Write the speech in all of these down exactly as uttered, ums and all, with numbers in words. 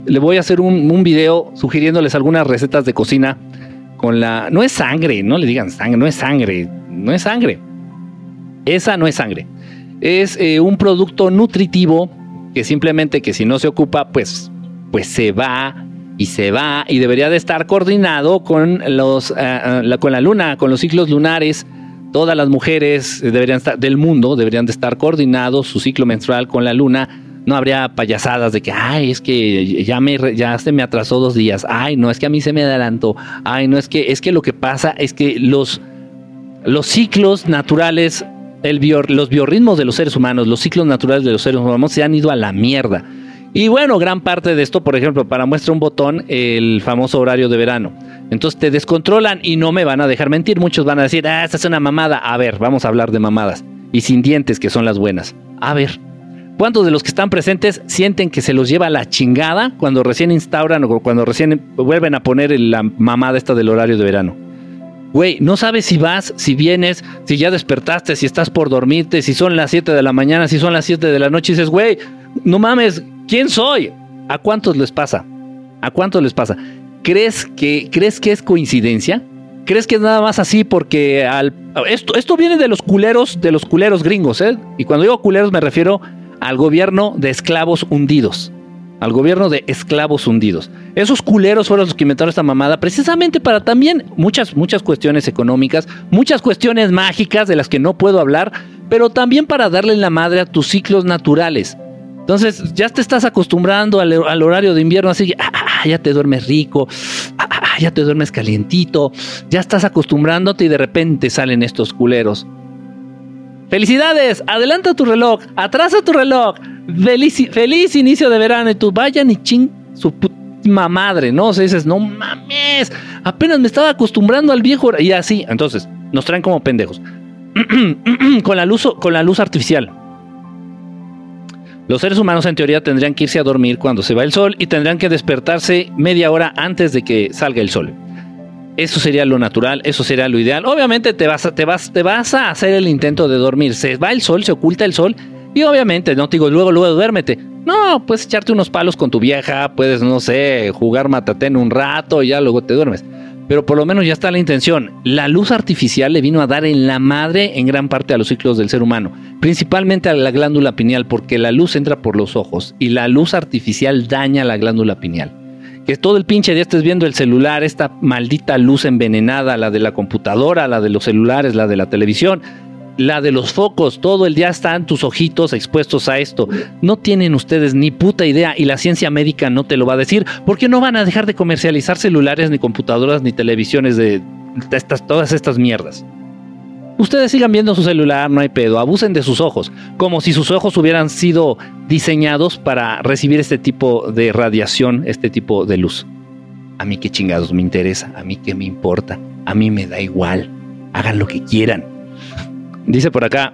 le voy a hacer un, un video sugiriéndoles algunas recetas de cocina con la... No es sangre, no le digan sangre, no es sangre, no es sangre. Esa no es sangre. Es eh, un producto nutritivo que simplemente que si no se ocupa, pues, pues se va y se va y debería de estar coordinado con, los, uh, uh, la, con la luna, con los ciclos lunares. Todas las mujeres deberían estar, del mundo deberían de estar coordinados su ciclo menstrual con la luna. No habría payasadas de que, ay, es que ya, me, ya se me atrasó dos días. Ay, no, es que a mí se me adelantó. Ay, no, es que, es que lo que pasa es que los, los ciclos naturales, el bio, los biorritmos de los seres humanos, los ciclos naturales de los seres humanos se han ido a la mierda. Y bueno, gran parte de esto, por ejemplo, para muestra un botón, el famoso horario de verano. Entonces te descontrolan y no me van a dejar mentir. Muchos van a decir, ah, esta es una mamada. A ver, vamos a hablar de mamadas. Y sin dientes, que son las buenas. A ver, ¿cuántos de los que están presentes sienten que se los lleva la chingada cuando recién instauran o cuando recién vuelven a poner la mamada esta del horario de verano? Güey, no sabes si vas, si vienes, si ya despertaste, si estás por dormirte, si son las siete de la mañana, si son las siete de la noche y dices, güey, no mames, ¿quién soy? ¿A cuántos les pasa? ¿A cuántos les pasa? ¿Crees que, ¿crees que es coincidencia? ¿Crees que es nada más así porque al, esto, esto viene de los culeros, de los culeros gringos, ¿eh? Y cuando digo culeros me refiero al gobierno de esclavos hundidos. Al gobierno de esclavos hundidos. Esos culeros fueron los que inventaron esta mamada precisamente para también muchas, muchas cuestiones económicas, muchas cuestiones mágicas de las que no puedo hablar, pero también para darle la madre a tus ciclos naturales. Entonces ya te estás acostumbrando al, al horario de invierno, así que ah, ya te duermes rico, ah, ya te duermes calientito, ya estás acostumbrándote y de repente salen estos culeros. ¡Felicidades! Adelanta tu reloj, atrasa tu reloj, feliz, feliz inicio de verano y tú vayan y ching su puta madre, ¿no? O sea, dices, no mames, apenas me estaba acostumbrando al viejo y así. Entonces, nos traen como pendejos. con, la luz, con la luz artificial. Los seres humanos en teoría tendrían que irse a dormir cuando se va el sol y tendrían que despertarse media hora antes de que salga el sol. Eso sería lo natural, eso sería lo ideal. Obviamente te vas a, te vas, te vas a hacer el intento de dormir. Se va el sol, se oculta el sol y obviamente no te digo luego, luego duérmete. No, puedes echarte unos palos con tu vieja, puedes, no sé, jugar matatén un rato y ya luego te duermes. Pero por lo menos ya está la intención. La luz artificial le vino a dar en la madre en gran parte a los ciclos del ser humano, principalmente a la glándula pineal, porque la luz entra por los ojos y la luz artificial daña la glándula pineal. Que todo el pinche día estés viendo el celular, esta maldita luz envenenada, la de la computadora, la de los celulares, la de la televisión, la de los focos, todo el día están tus ojitos expuestos a esto. No tienen ustedes ni puta idea y la ciencia médica no te lo va a decir, porque no van a dejar de comercializar celulares, ni computadoras, ni televisiones de, de estas, todas estas mierdas. Ustedes sigan viendo su celular, no hay pedo, abusen de sus ojos, como si sus ojos hubieran sido diseñados para recibir este tipo de radiación, este tipo de luz. A mí qué chingados me interesa, a mí qué me importa, a mí me da igual, hagan lo que quieran. Dice por acá,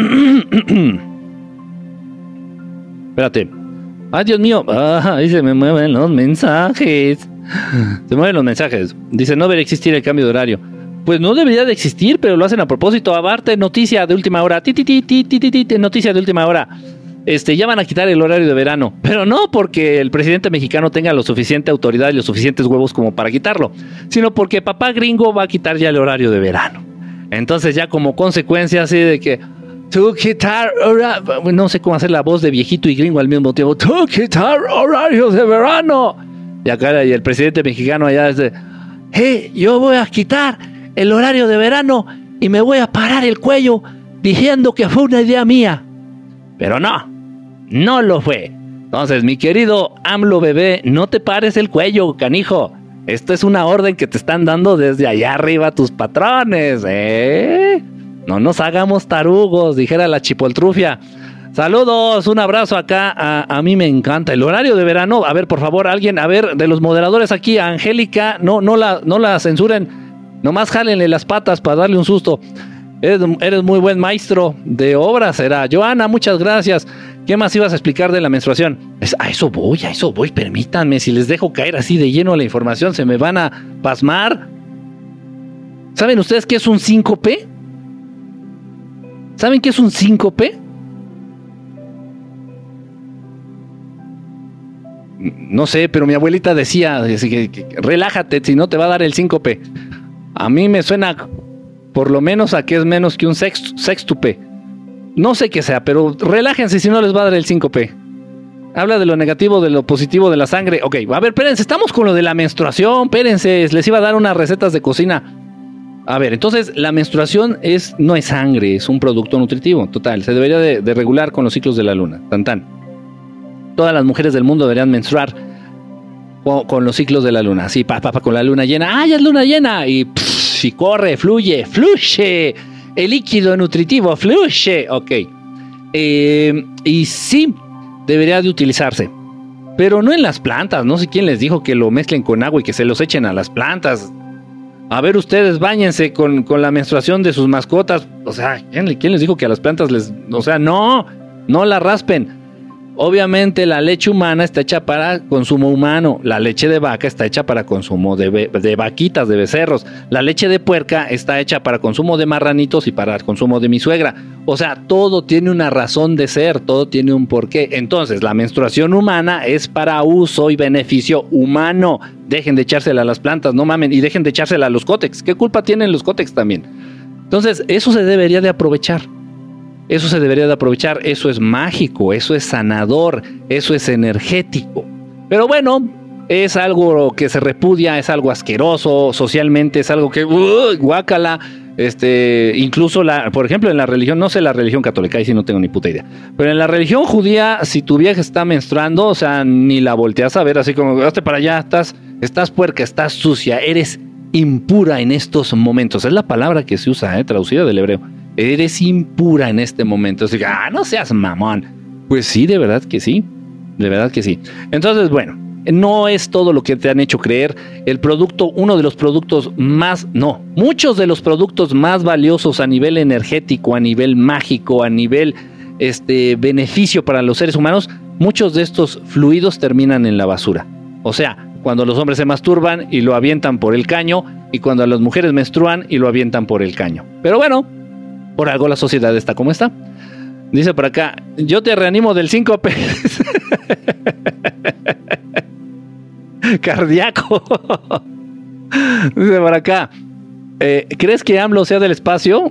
espérate, ay Dios mío, ay, se me mueven los mensajes, se mueven los mensajes, dice no debería existir el cambio de horario. Pues no debería de existir, pero lo hacen a propósito. Aparte, noticia de última hora. Ti, ti, ti, ti, ti, ti, ti, noticia de última hora. Este, ya van a quitar el horario de verano. Pero no porque el presidente mexicano tenga lo suficiente autoridad y los suficientes huevos como para quitarlo, sino porque papá gringo va a quitar ya el horario de verano. Entonces ya como consecuencia así de que tú quitar horario, no sé cómo hacer la voz de viejito y gringo al mismo tiempo. Tú quitar horarios de verano. Y acá y el presidente mexicano allá es de, hey, yo voy a quitar el horario de verano y me voy a parar el cuello diciendo que fue una idea mía. Pero no, no lo fue. Entonces, mi querido AMLO bebé, no te pares el cuello, canijo. Esto es una orden que te están dando desde allá arriba tus patrones, ¿eh? No nos hagamos tarugos, dijera la chipoltrufia. Saludos, un abrazo acá. A, a mí me encanta el horario de verano. A ver, por favor, alguien, a ver, de los moderadores aquí, a Angélica, no, no la, no la censuren. Nomás jálenle las patas para darle un susto. Eres, eres muy buen maestro de obra, será. Joana, muchas gracias. ¿Qué más ibas a explicar de la menstruación? Es, a eso voy, a eso voy. Permítanme, si les dejo caer así de lleno la información, se me van a pasmar. ¿Saben ustedes qué es un síncope? ¿Saben qué es un síncope? no sé, pero mi abuelita decía, que, que, relájate, si no te va a dar el síncope. A mí me suena por lo menos a que es menos que un sext, sextupe. No sé qué sea, pero relájense si no les va a dar el síncope. Habla de lo negativo, de lo positivo de la sangre. Ok, a ver, espérense, estamos con lo de la menstruación, espérense, les iba a dar unas recetas de cocina. A ver, entonces la menstruación es, no es sangre, es un producto nutritivo, total, se debería de, de regular con los ciclos de la luna, tan tan. Todas las mujeres del mundo deberían menstruar con, con los ciclos de la luna, así, pa, pa, pa, con la luna llena, ¡ah, ya es luna llena! Y, pff, y corre, fluye, fluye, el líquido nutritivo, fluye, ok. Eh, y sí, debería de utilizarse, pero no en las plantas, no sé quién les dijo que lo mezclen con agua y que se los echen a las plantas. A ver, ustedes báñense con, con la menstruación de sus mascotas. O sea, ¿quién, ¿quién les dijo que a las plantas les... O sea, no, no la raspen. Obviamente la leche humana está hecha para consumo humano. La leche de vaca está hecha para consumo de, de vaquitas, de becerros. La leche de puerca está hecha para consumo de marranitos y para el consumo de mi suegra. O sea, todo tiene una razón de ser, todo tiene un porqué. Entonces, la menstruación humana es para uso y beneficio humano. Dejen de echársela a las plantas, no mamen, y dejen de echársela a los cótex. ¿Qué culpa tienen los cótex también? Entonces, eso se debería de aprovechar. Eso se debería de aprovechar, eso es mágico, eso es sanador, eso es energético. Pero bueno, es algo que se repudia, es algo asqueroso, socialmente es algo que, uh, guácala, este, incluso, la, por ejemplo, en la religión, no sé la religión católica, ahí sí no tengo ni puta idea, pero en la religión judía, si tu vieja está menstruando, o sea, ni la volteas a ver, así como, hazte para allá, estás, estás puerca, estás sucia, eres impura en estos momentos, es la palabra que se usa, eh, traducida del hebreo. Eres impura en este momento. Así que, ah, no seas mamón. Pues sí, de verdad que sí. De verdad que sí. Entonces, bueno, no es todo lo que te han hecho creer. El producto, uno de los productos más, no, muchos de los productos más valiosos a nivel energético, a nivel mágico, a nivel este, beneficio para los seres humanos, muchos de estos fluidos terminan en la basura. O sea, cuando los hombres se masturban y lo avientan por el caño, y cuando las mujeres menstruan y lo avientan por el caño. Pero bueno, por algo la sociedad está como está. Dice por acá, yo te reanimo del síncope. Cardíaco. Dice por acá, eh, ¿crees que AMLO sea del espacio?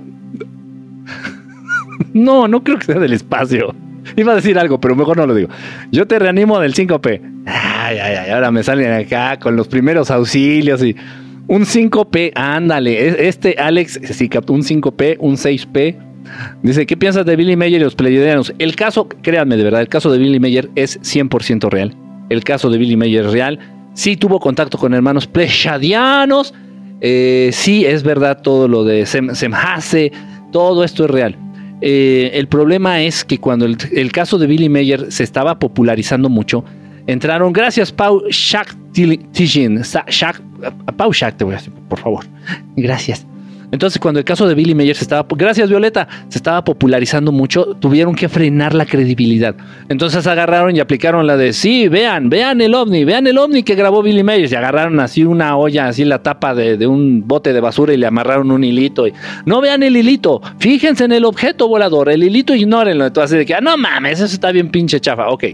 No, no creo que sea del espacio. Iba a decir algo, pero mejor no lo digo. Yo te reanimo del síncope. Ay, ay, ay, ahora me salen acá con los primeros auxilios y... Un cinco P, ándale, este Alex, sí captó un cinco P, un seis P. Dice, ¿qué piensas de Billy Mayer y los pleiadianos? El caso, créanme de verdad, el caso de Billy Mayer es cien por ciento real. El caso de Billy Mayer es real. Sí tuvo contacto con hermanos pleiadianos. Eh, sí, es verdad todo lo de Sem, Semhase, todo esto es real. Eh, el problema es que cuando el, el caso de Billy Mayer se estaba popularizando mucho, entraron, gracias Pau Shak Tijin, Shak, Pau Shak, te voy a decir, por favor, gracias. Entonces, cuando el caso de Billy Mayer se estaba, gracias Violeta, se estaba popularizando mucho, tuvieron que frenar la credibilidad. Entonces agarraron y aplicaron la de, sí, vean, vean el ovni, vean el ovni que grabó Billy Mayer. Y agarraron así una olla, así la tapa de, de un bote de basura y le amarraron un hilito. Y, no vean el hilito, fíjense en el objeto volador, el hilito ignórenlo. Entonces, de que, ah, no mames, eso está bien pinche chafa. Ok.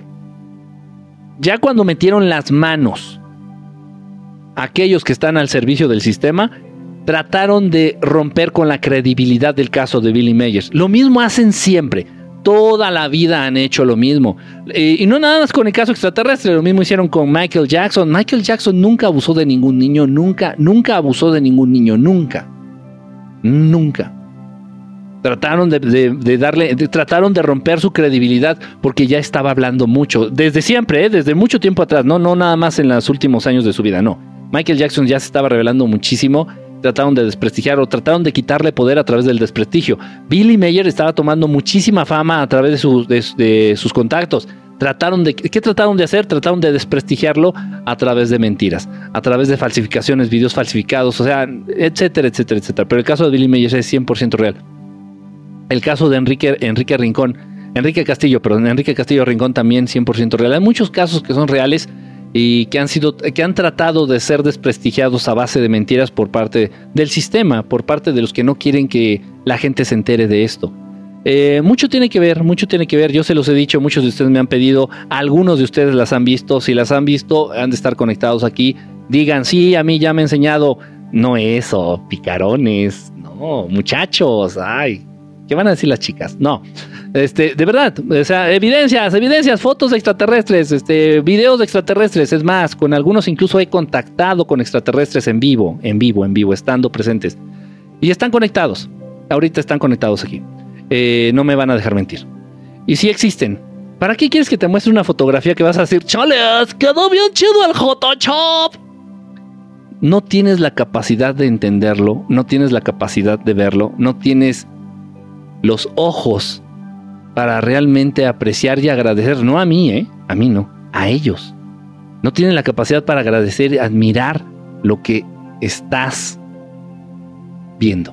Ya cuando metieron las manos aquellos que están al servicio del sistema, trataron de romper con la credibilidad del caso de Billy Mayer. Lo mismo hacen siempre. Toda la vida han hecho lo mismo. Eh, y no nada más con el caso extraterrestre, lo mismo hicieron con Michael Jackson. Michael Jackson nunca abusó de ningún niño, nunca, nunca abusó de ningún niño, nunca. Nunca. Trataron de, de, de darle, de, trataron de romper su credibilidad porque ya estaba hablando mucho. Desde siempre, ¿eh? Desde mucho tiempo atrás, no, no nada más en los últimos años de su vida, no. Michael Jackson ya se estaba revelando muchísimo. Trataron de desprestigiarlo, trataron de quitarle poder a través del desprestigio. Billy Mayer estaba tomando muchísima fama a través de, su, de, de sus contactos. Trataron de, ¿qué trataron de hacer? Trataron de desprestigiarlo a través de mentiras, a través de falsificaciones, videos falsificados, o sea, etcétera, etcétera, etcétera. Pero el caso de Billy Mayer es cien por ciento real. El caso de Enrique, Enrique Rincón, Enrique Castillo, perdón, Enrique Castillo Rincón también cien por ciento real. Hay muchos casos que son reales y que han sido, que han tratado de ser desprestigiados a base de mentiras por parte del sistema, por parte de los que no quieren que la gente se entere de esto. Eh, mucho tiene que ver, mucho tiene que ver. Yo se los he dicho, muchos de ustedes me han pedido, algunos de ustedes las han visto. Si las han visto, han de estar conectados aquí. Digan, sí, a mí ya me ha enseñado. No eso, picarones. No, muchachos. Ay, ¿qué van a decir las chicas? No, este, de verdad, o sea, evidencias, evidencias, fotos de extraterrestres, este, videos de extraterrestres. Es más, con algunos incluso he contactado con extraterrestres en vivo, en vivo, en vivo, estando presentes. Y están conectados. Ahorita están conectados aquí. Eh, no me van a dejar mentir. Y sí existen. ¿Para qué quieres que te muestre una fotografía que vas a decir, chales, quedó bien chido el Photoshop? No tienes la capacidad de entenderlo, no tienes la capacidad de verlo, no tienes los ojos para realmente apreciar y agradecer. No a mí, ¿eh? A mí no, a ellos. No tienen la capacidad para agradecer y admirar lo que estás viendo.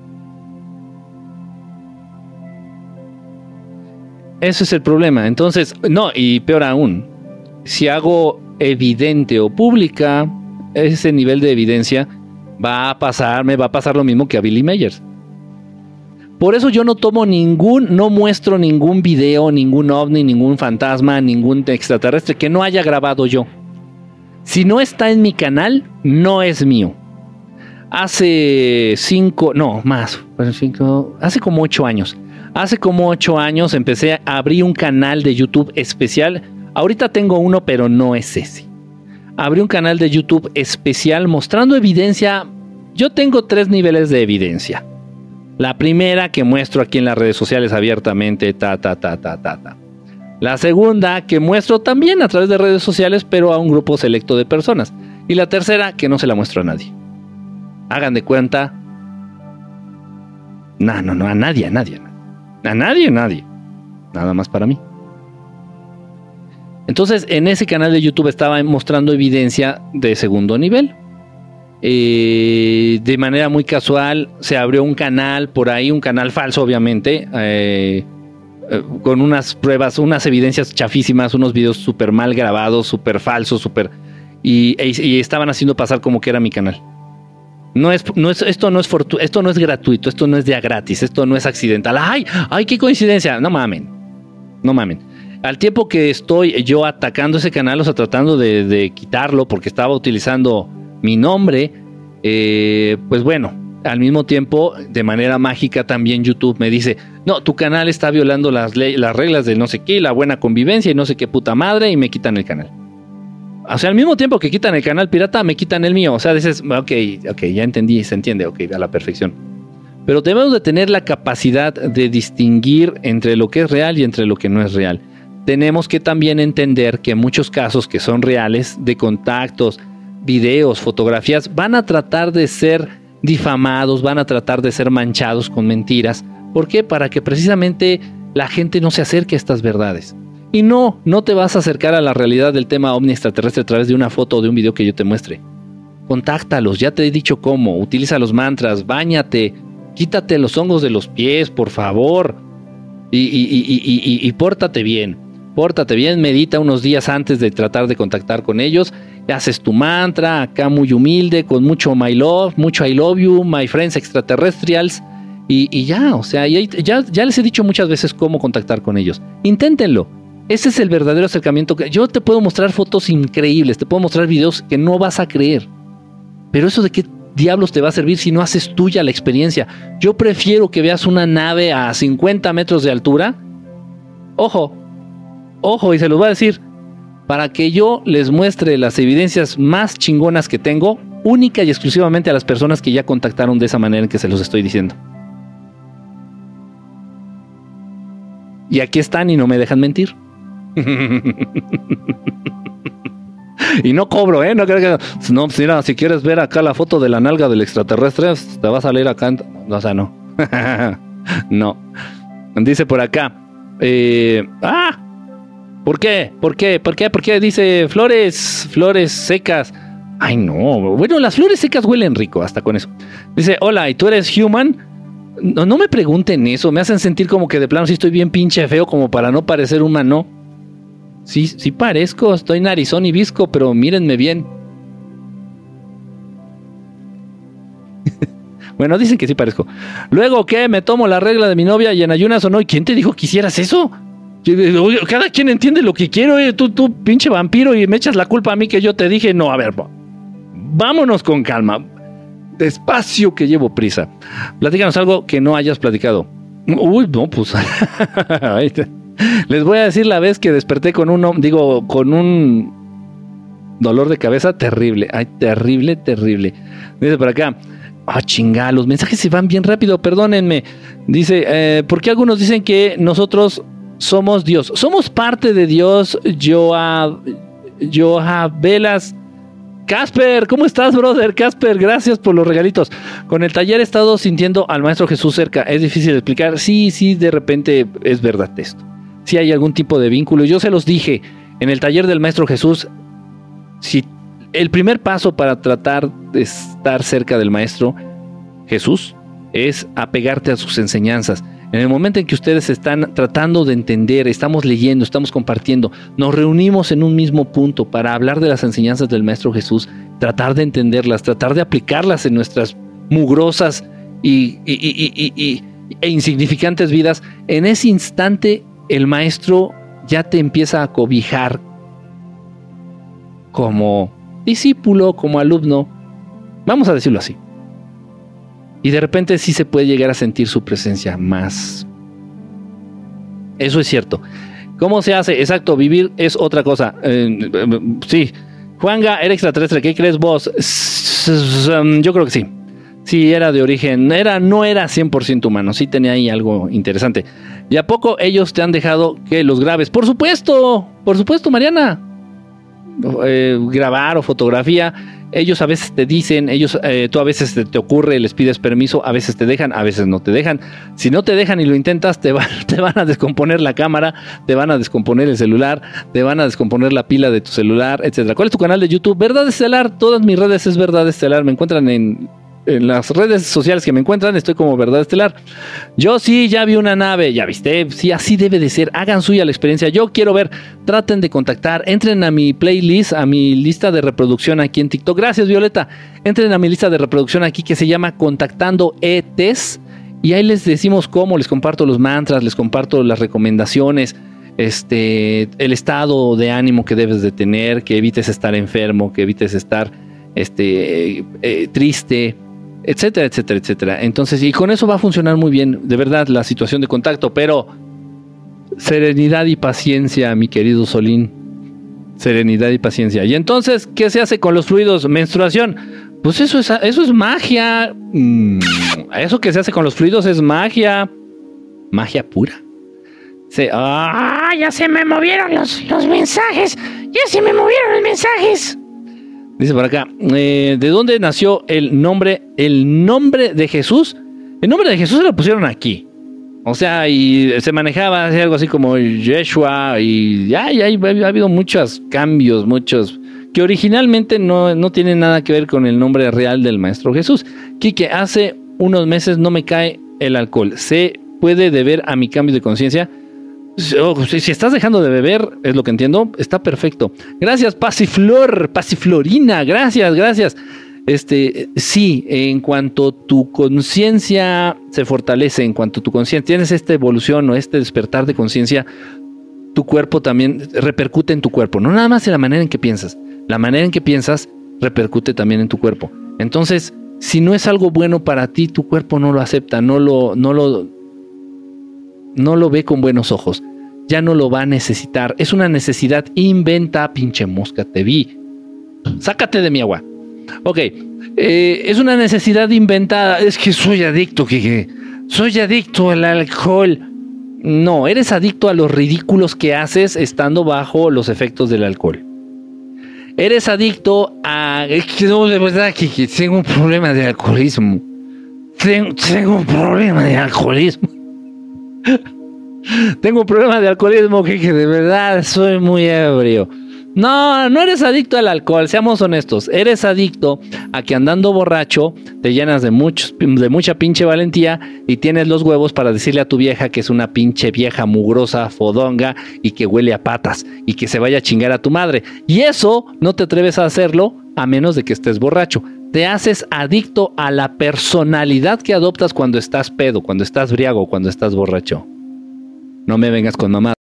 Ese es el problema. Entonces, no, y peor aún, si hago evidente o pública ese nivel de evidencia, va a pasar, me va a pasar lo mismo que a Billy Meyers. Por eso yo no tomo ningún, no muestro ningún video, ningún ovni, ningún fantasma, ningún extraterrestre que no haya grabado yo. Si no está en mi canal, no es mío. Hace cinco, no, más, cinco, hace como ocho años. Hace como ocho años empecé a abrir un canal de YouTube especial. Ahorita tengo uno, pero no es ese. Abrí un canal de YouTube especial mostrando evidencia. Yo tengo tres niveles de evidencia. La primera que muestro aquí en las redes sociales abiertamente, ta, ta, ta, ta, ta, ta. La segunda que muestro también a través de redes sociales, pero a un grupo selecto de personas. Y la tercera que no se la muestro a nadie. Hagan de cuenta. No, no, no, a nadie, a nadie. A nadie, a nadie. Nada más para mí. Entonces, en ese canal de YouTube estaba mostrando evidencia de segundo nivel. Eh, de manera muy casual, se abrió un canal por ahí, un canal falso, obviamente, eh, eh, con unas pruebas, unas evidencias chafísimas, unos videos súper mal grabados, súper falsos, súper... Y, y estaban haciendo pasar como que era mi canal. No es, no es, esto no es fortu- esto no es gratuito, esto no es de a gratis, esto no es accidental. ¡Ay! ¡Ay, qué coincidencia! No mamen. No mamen. Al tiempo que estoy yo atacando ese canal, o sea, tratando de, de quitarlo porque estaba utilizando mi nombre, eh, pues bueno, al mismo tiempo, de manera mágica también YouTube me dice, no, tu canal está violando las, le- las reglas de no sé qué, la buena convivencia y no sé qué puta madre, y me quitan el canal. O sea, al mismo tiempo que quitan el canal pirata, me quitan el mío. O sea, dices, ok, ok, ya entendí, se entiende, ok, a la perfección. Pero debemos de tener la capacidad de distinguir entre lo que es real y entre lo que no es real. Tenemos que también entender que muchos casos que son reales, de contactos, videos, fotografías, van a tratar de ser difamados, van a tratar de ser manchados con mentiras. ¿Por qué? Para que precisamente la gente no se acerque a estas verdades. Y no, no te vas a acercar a la realidad del tema ovni extraterrestre a través de una foto o de un video que yo te muestre. Contáctalos, ya te he dicho cómo, utiliza los mantras, báñate, quítate los hongos de los pies, por favor, y, y, y, y, y, y pórtate bien, pórtate bien, medita unos días antes de tratar de contactar con ellos, haces tu mantra, acá muy humilde, con mucho my love, mucho I love you, my friends extraterrestrials, y, y ya, o sea, ya, ya, ya les he dicho muchas veces cómo contactar con ellos, inténtenlo. Ese es el verdadero acercamiento. Yo te puedo mostrar fotos increíbles, te puedo mostrar videos que no vas a creer. Pero eso de qué diablos te va a servir si no haces tuya la experiencia. Yo prefiero que veas una nave a cincuenta metros de altura. Ojo, ojo, y se los voy a decir, para que yo les muestre las evidencias más chingonas que tengo, única y exclusivamente a las personas que ya contactaron de esa manera en que se los estoy diciendo. Y aquí están y no me dejan mentir. Y no cobro, ¿eh? No, creo que, no, mira, si quieres ver acá la foto de la nalga del extraterrestre, te va a salir acá. O sea, no. No. Dice por acá. Eh, ¡Ah! ¿Por qué? ¿Por qué? ¿Por qué? ¿Por qué? Dice flores, flores secas. Ay, no. Bueno, las flores secas huelen rico, hasta con eso. Dice, hola, ¿y tú eres human? No, no me pregunten eso. Me hacen sentir como que de plano sí estoy bien pinche feo como para no parecer humano. Sí, sí parezco, estoy narizón y visco, pero mírenme bien. Bueno, dicen que sí parezco. Luego, ¿qué? ¿Me tomo la regla de mi novia y en ayunas o no? ¿Y quién te dijo que hicieras eso? Oye, cada quien entiende lo que quiere. Oye, tú, tú, pinche vampiro, y me echas la culpa a mí que yo te dije. No, a ver, vámonos con calma. Despacio, que llevo prisa. Platícanos algo que no hayas platicado. Uy, no, pues... Les voy a decir la vez que desperté con un... Digo, con un... dolor de cabeza terrible. Ay, terrible, terrible. Dice por acá... Ah, chingada, los mensajes se van bien rápido, perdónenme. Dice, eh, ¿por qué algunos dicen que nosotros somos Dios? Somos parte de Dios. Joa, Joa Velas. Casper, ¿cómo estás, brother? Casper, gracias por los regalitos. Con el taller he estado sintiendo al Maestro Jesús cerca. Es difícil de explicar. Sí, sí, de repente es verdad esto. Sí hay algún tipo de vínculo. Yo se los dije, en el taller del Maestro Jesús, si el primer paso para tratar de estar cerca del Maestro Jesús es apegarte a sus enseñanzas. En el momento en que ustedes están tratando de entender, estamos leyendo, estamos compartiendo, nos reunimos en un mismo punto para hablar de las enseñanzas del Maestro Jesús, tratar de entenderlas, tratar de aplicarlas en nuestras mugrosas y, y, y, y, y, e insignificantes vidas. En ese instante el Maestro ya te empieza a cobijar como discípulo, como alumno, vamos a decirlo así. Y de repente sí se puede llegar a sentir su presencia más. Eso es cierto. ¿Cómo se hace? Exacto, vivir es otra cosa. Eh, sí. Juanga, era extraterrestre, ¿qué crees vos? Yo creo que sí. Sí, era de origen, era, no era cien por ciento humano, sí tenía ahí algo interesante. ¿Y a poco ellos te han dejado que los grabes? Por supuesto, por supuesto, Mariana. Eh, grabar o fotografía, ellos a veces te dicen, ellos, eh, tú a veces te, te ocurre, les pides permiso, a veces te dejan, a veces no te dejan. Si no te dejan y lo intentas, te van, te van a descomponer la cámara, te van a descomponer el celular, te van a descomponer la pila de tu celular, etcétera. ¿Cuál es tu canal de YouTube? Verdad Estelar, todas mis redes es Verdad Estelar, me encuentran en En las redes sociales que me encuentran, estoy como Verdad Estelar. Yo sí, ya vi una nave, ya viste, sí, así debe de ser, hagan suya la experiencia, yo quiero ver, traten de contactar, entren a mi playlist, a mi lista de reproducción aquí en TikTok, gracias Violeta, entren a mi lista de reproducción aquí que se llama Contactando E Ts, y ahí les decimos cómo, les comparto los mantras, les comparto las recomendaciones, este, el estado de ánimo que debes de tener, que evites estar enfermo, que evites estar este, eh, triste, etcétera, etcétera, etcétera. Entonces, y con eso va a funcionar muy bien, de verdad, la situación de contacto, pero serenidad y paciencia, mi querido Solín. Serenidad y paciencia. Y entonces, ¿qué se hace con los fluidos? Menstruación. Pues eso es, eso es magia. Mm, eso que se hace con los fluidos es magia. Magia pura. Se, ¡ah! Ya se me movieron los, los mensajes. Ya se me movieron los mensajes. Dice por acá, eh, ¿de dónde nació el nombre, el nombre de Jesús? El nombre de Jesús se lo pusieron aquí. O sea, y se manejaba algo así como Yeshua, y ya, ya ha habido muchos cambios, muchos, que originalmente no, no tienen nada que ver con el nombre real del Maestro Jesús. Quique, hace unos meses no me cae el alcohol. ¿Se puede deber a mi cambio de conciencia? Si estás dejando de beber, es lo que entiendo, está perfecto. Gracias, Pasiflor, Pasiflorina, gracias, gracias. Este, sí, en cuanto tu conciencia se fortalece, en cuanto tu conciencia tienes esta evolución o este despertar de conciencia, tu cuerpo también repercute en tu cuerpo, no nada más en la manera en que piensas, la manera en que piensas repercute también en tu cuerpo. Entonces, si no es algo bueno para ti, tu cuerpo no lo acepta, no lo, no lo no lo ve con buenos ojos, ya no lo va a necesitar, es una necesidad, inventa, pinche mosca, te vi, sácate de mi agua. Ok, eh, es una necesidad inventada, es que soy adicto, que soy adicto al alcohol. No, eres adicto a los ridículos que haces estando bajo los efectos del alcohol. Eres adicto a, es que no, de verdad que, que tengo un problema de alcoholismo, tengo, tengo un problema de alcoholismo. Tengo un problema de alcoholismo que, que de verdad soy muy ebrio. No, no eres adicto al alcohol, seamos honestos. Eres adicto a que andando borracho te llenas de, muchos, de mucha pinche valentía y tienes los huevos para decirle a tu vieja que es una pinche vieja mugrosa, fodonga y que huele a patas y que se vaya a chingar a tu madre. Y eso no te atreves a hacerlo a menos de que estés borracho. te haces adicto a la personalidad que adoptas cuando estás pedo, cuando estás briago, cuando estás borracho. No me vengas con mamadas.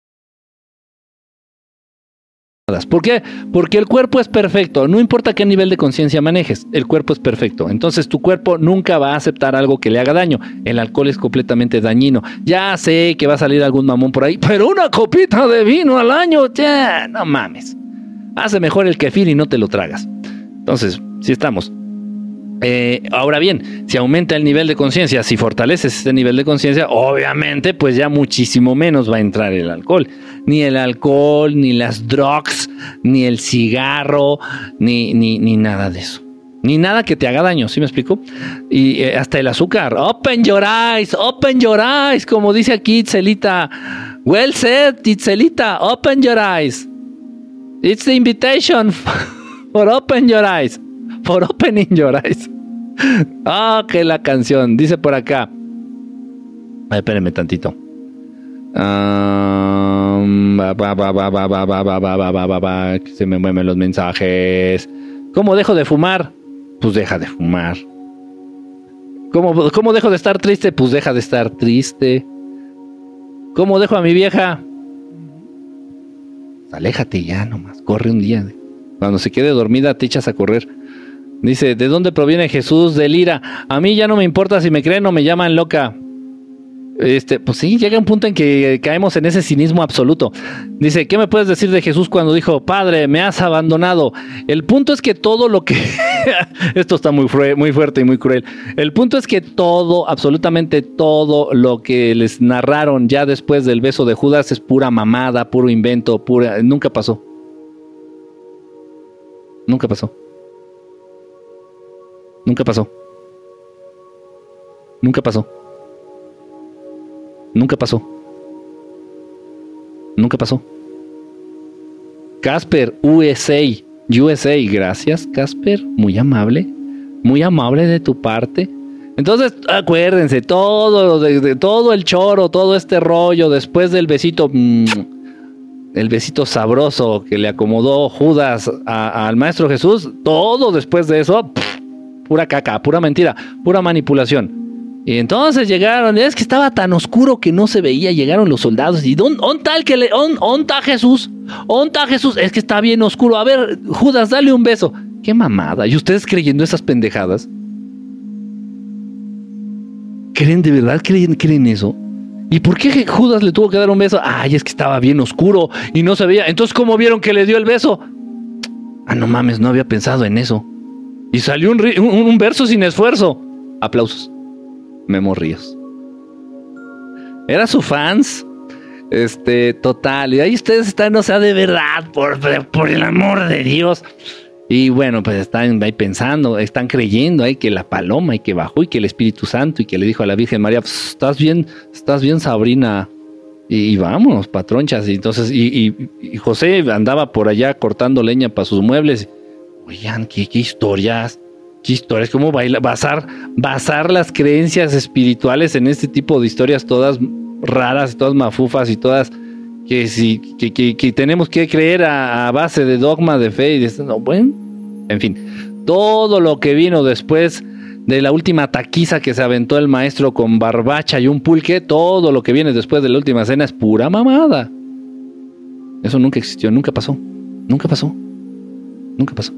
¿Por qué? Porque el cuerpo es perfecto. No importa qué nivel de conciencia manejes, el cuerpo es perfecto. Entonces tu cuerpo nunca va a aceptar algo que le haga daño. El alcohol es completamente dañino. Ya sé que va a salir algún mamón por ahí, pero una copita de vino al año, ya, no mames. Hace mejor el kefir y no te lo tragas. Entonces, sí estamos. Eh, ahora bien, si aumenta el nivel de conciencia, si fortaleces este nivel de conciencia, obviamente pues ya muchísimo menos va a entrar el alcohol. Ni el alcohol, ni las drugs, ni el cigarro, ni, ni, ni nada de eso. Ni nada que te haga daño, ¿sí me explico? Y eh, hasta el azúcar. Open your eyes, open your eyes, como dice aquí Itzelita. Well said, Itzelita, open your eyes. It's the invitation for open your eyes. For opening your eyes. Ah, oh, que la canción. Dice por acá. Ay, espérenme tantito. Um, ba, ba, ba, ba, ba, ba, ba, ba, ba, ba, ba, ba, que se me mueven los mensajes. ¿Cómo dejo de fumar? Pues deja de fumar. ¿Cómo, ¿Cómo dejo de estar triste? Pues deja de estar triste. ¿Cómo dejo a mi vieja? Aléjate ya nomás. Corre un día. Cuando se quede dormida te echas a correr. Dice, ¿de dónde proviene Jesús? Del ira. A mí ya no me importa si me creen o me llaman loca. Este, pues sí, llega un punto en que caemos en ese cinismo absoluto. Dice, ¿qué me puedes decir de Jesús cuando dijo, Padre, me has abandonado? El punto es que todo lo que... Esto está muy, muy fuerte y muy cruel. El punto es que todo, absolutamente todo lo que les narraron ya después del beso de Judas es pura mamada, puro invento, pura... Nunca pasó. Nunca pasó. Nunca pasó. Nunca pasó. Nunca pasó. Nunca pasó. Casper, U S A. U S A, gracias, Casper. Muy amable. Muy amable de tu parte. Entonces, acuérdense, todo, de, de, todo el choro, todo este rollo, después del besito, mmm, el besito sabroso que le acomodó Judas a, a, al Maestro Jesús, todo después de eso, pff, pura caca, pura mentira, pura manipulación. Y entonces llegaron, es que estaba tan oscuro que no se veía, llegaron los soldados y ¿on, on tal que le, on, on ta Jesús? ¿On ta Jesús? Es que está bien oscuro, a ver, Judas, dale un beso. Qué mamada, ¿y ustedes creyendo esas pendejadas? ¿Creen de verdad? ¿Creen, creen eso? ¿Y por qué Judas le tuvo que dar un beso? Ay, es que estaba bien oscuro y no se veía. Entonces, ¿cómo vieron que le dio el beso? Ah, no mames, no había pensado en eso. Y salió un, un, un verso sin esfuerzo. Aplausos. Memo Ríos. Era su fans. Este, total. Y ahí ustedes están, o sea, de verdad, por, por el amor de Dios. Y bueno, pues están ahí pensando, están creyendo ahí que la paloma y que bajó y que el Espíritu Santo y que le dijo a la Virgen María, pues, estás bien, estás bien, Sabrina. Y, y vámonos, patronchas. Y entonces, y, y, y José andaba por allá cortando leña para sus muebles. Oigan, qué, qué historias. ¿Qué historias? ¿Cómo baila? Basar, basar las creencias espirituales en este tipo de historias todas raras, todas mafufas y todas que, si, que, que, que tenemos que creer a, a base de dogma, de fe y de... No, bueno, en fin, todo lo que vino después de la última taquiza que se aventó el maestro con barbacha y un pulque, todo lo que viene después de la última cena es pura mamada. Eso nunca existió, nunca pasó, nunca pasó, nunca pasó.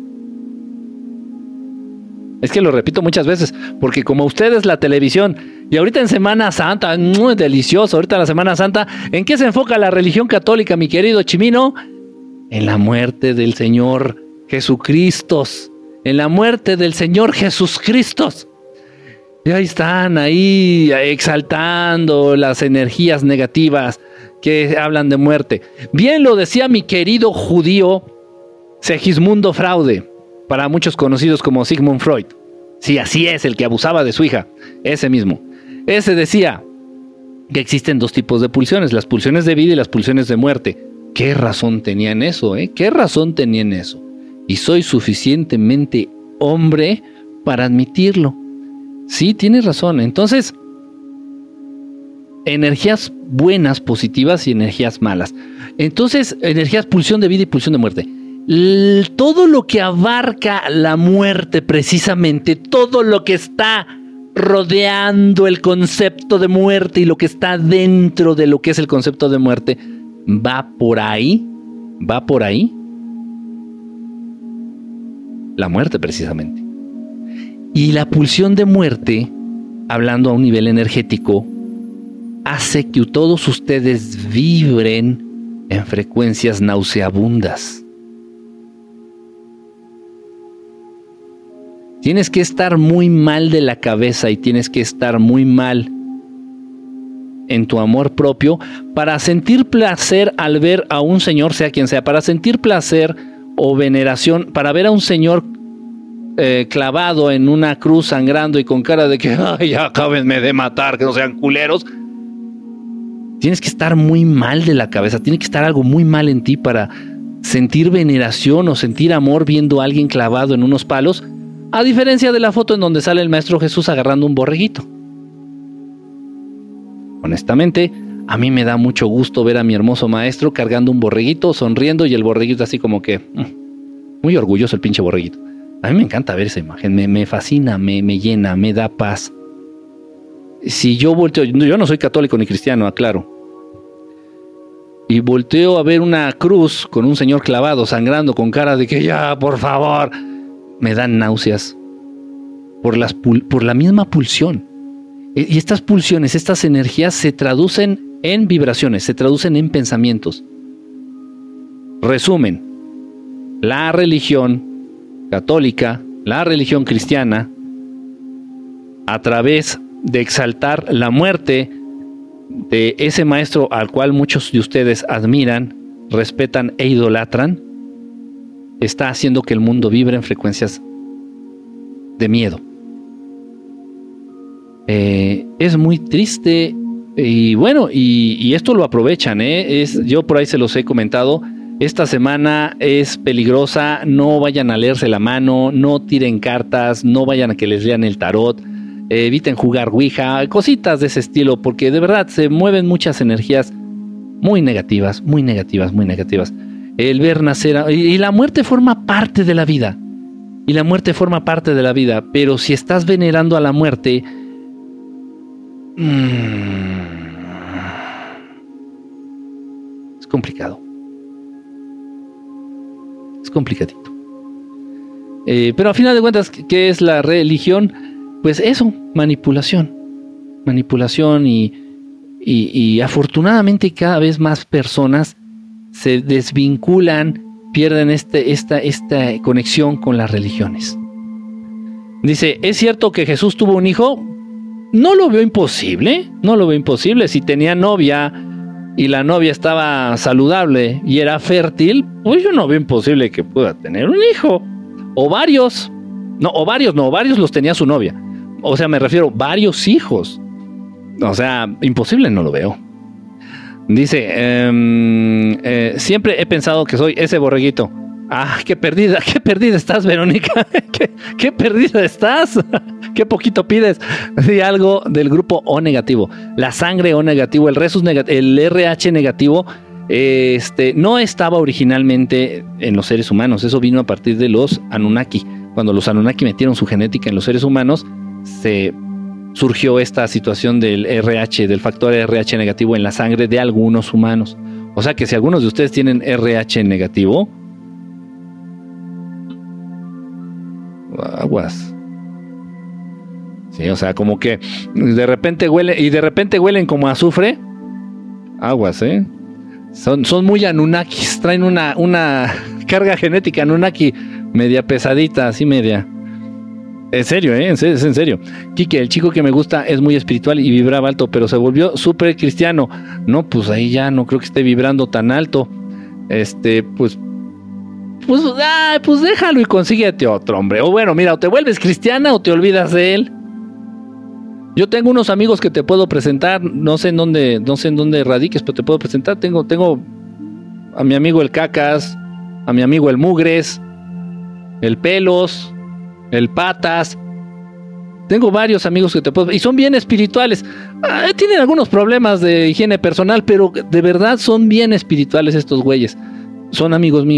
Es que lo repito muchas veces, porque como ustedes la televisión, y ahorita en Semana Santa, muy delicioso, ahorita en la Semana Santa, ¿en qué se enfoca la religión católica, mi querido Chimino? En la muerte del Señor Jesucristo, en la muerte del Señor Jesucristo. Y ahí están, ahí exaltando las energías negativas que hablan de muerte. Bien lo decía mi querido judío Segismundo Fraude, para muchos conocidos como Sigmund Freud. Sí, así es, el que abusaba de su hija, ese mismo. Ese decía que existen dos tipos de pulsiones, las pulsiones de vida y las pulsiones de muerte. ¿Qué razón tenía en eso, eh? ¿Qué razón tenía en eso? Y soy suficientemente hombre para admitirlo. Sí, tienes razón. Entonces, energías buenas, positivas y energías malas. Entonces, energías, pulsión de vida y pulsión de muerte. L- todo lo que abarca la muerte, precisamente, todo lo que está rodeando el concepto de muerte y lo que está dentro de lo que es el concepto de muerte, va por ahí, va por ahí, la muerte precisamente. Y la pulsión de muerte, hablando a un nivel energético, hace que todos ustedes vibren en frecuencias nauseabundas. Tienes que estar muy mal de la cabeza y tienes que estar muy mal en tu amor propio para sentir placer al ver a un señor, sea quien sea, para sentir placer o veneración, para ver a un señor eh, clavado en una cruz sangrando y con cara de que ay, acábenme de matar, que no sean culeros. Tienes que estar muy mal de la cabeza, tiene que estar algo muy mal en ti para sentir veneración o sentir amor viendo a alguien clavado en unos palos, a diferencia de la foto en donde sale el Maestro Jesús agarrando un borreguito. Honestamente, a mí me da mucho gusto ver a mi hermoso maestro cargando un borreguito, sonriendo y el borreguito así como que mmm, muy orgulloso el pinche borreguito. A mí me encanta ver esa imagen, me, me fascina, me, me llena, me da paz. Si yo volteo, yo no soy católico ni cristiano, aclaro, y volteo a ver una cruz con un señor clavado, sangrando, con cara de que ya, por favor, me dan náuseas por, las pul- por la misma pulsión. Y estas pulsiones, estas energías se traducen en vibraciones, se traducen en pensamientos. Resumen, la religión católica, la religión cristiana, a través de exaltar la muerte de ese maestro al cual muchos de ustedes admiran, respetan e idolatran, está haciendo que el mundo vibre en frecuencias de miedo. Eh, es muy triste y bueno, y, y esto lo aprovechan, ¿eh? Es, yo por ahí se los he comentado, esta semana es peligrosa, no vayan a leerse la mano, no tiren cartas, no vayan a que les lean el tarot, eh, eviten jugar Ouija, cositas de ese estilo, porque de verdad se mueven muchas energías muy negativas, muy negativas, muy negativas. El ver nacer, a, y, y la muerte forma parte de la vida, y la muerte forma parte de la vida, pero si estás venerando a la muerte, es complicado. Es complicadito. Eh, pero a final de cuentas, ¿qué es la religión? Pues eso, manipulación. Manipulación y, y, y afortunadamente cada vez más personas se desvinculan, pierden este, esta, esta conexión con las religiones. Dice, ¿es cierto que Jesús tuvo un hijo? No lo veo imposible, no lo veo imposible. Si tenía novia y la novia estaba saludable y era fértil, pues yo no veo imposible que pueda tener un hijo. O varios. No, o varios, no, varios los tenía su novia. O sea, me refiero, varios hijos. O sea, imposible no lo veo. Dice, eh, eh, siempre he pensado que soy ese borreguito. Ah, qué perdida, qué perdida estás, Verónica. qué, qué perdida estás. Qué poquito pides. Di algo del grupo O negativo. La sangre O negativo, el resus negativo, el R H negativo, este, no estaba originalmente en los seres humanos. Eso vino a partir de los Anunnaki. Cuando los Anunnaki metieron su genética en los seres humanos, se surgió esta situación del R H, del factor R H negativo en la sangre de algunos humanos. O sea que si algunos de ustedes tienen R H negativo, aguas. Sí, o sea, como que de repente huele y de repente huelen como a azufre. Aguas, ¿eh? Son, son muy Anunnakis, traen una, una carga genética Anunnaki media pesadita, así media. En serio, ¿eh? En serio, es en serio. Quique, el chico que me gusta es muy espiritual y vibraba alto, pero se volvió súper cristiano. No, pues ahí ya no creo que esté vibrando tan alto. Este, pues... Pues, ah, pues déjalo y consíguete otro, hombre. O bueno, mira, o te vuelves cristiana o te olvidas de él. Yo tengo unos amigos que te puedo presentar, no sé en dónde, no sé en dónde radiques, pero te puedo presentar. Tengo, tengo a mi amigo el Cacas, a mi amigo el Mugres, el Pelos, el Patas. Tengo varios amigos que te puedo, y son bien espirituales. Ah, tienen algunos problemas de higiene personal, pero de verdad son bien espirituales estos güeyes. Son amigos míos.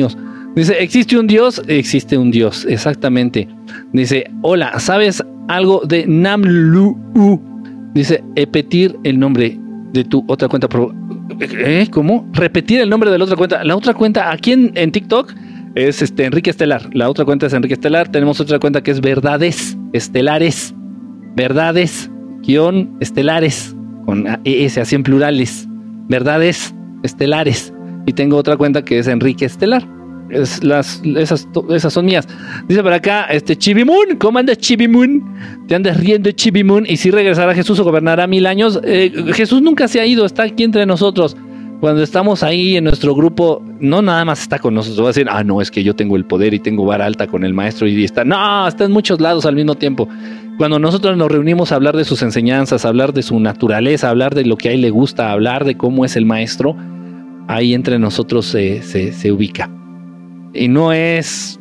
Dice, ¿existe un Dios? Existe un Dios, exactamente. Dice, hola, ¿sabes algo de Namlu? Dice, repetir el nombre de tu otra cuenta. ¿Eh? ¿Cómo? Repetir el nombre de la otra cuenta. La otra cuenta aquí en, en TikTok es este, Enrique Estelar. La otra cuenta es Enrique Estelar. Tenemos otra cuenta que es Verdades Estelares. Verdades, guión, estelares. Con E S, así en plurales. Verdades Estelares. Y tengo otra cuenta que es Enrique Estelar. Es las, esas, esas son mías. Dice por acá, este Chibimun, ¿cómo andas, Chibimun? Te andas riendo, Chibimun. ¿Y si regresará Jesús o gobernará mil años? Eh, Jesús nunca se ha ido, está aquí entre nosotros. Cuando estamos ahí en nuestro grupo, no nada más está con nosotros. Va a decir, ah, no, es que yo tengo el poder y tengo vara alta con el maestro y está. No, está en muchos lados al mismo tiempo. Cuando nosotros nos reunimos a hablar de sus enseñanzas, a hablar de su naturaleza, a hablar de lo que a él le gusta, a hablar de cómo es el maestro, ahí entre nosotros se, se, se ubica. Y no es...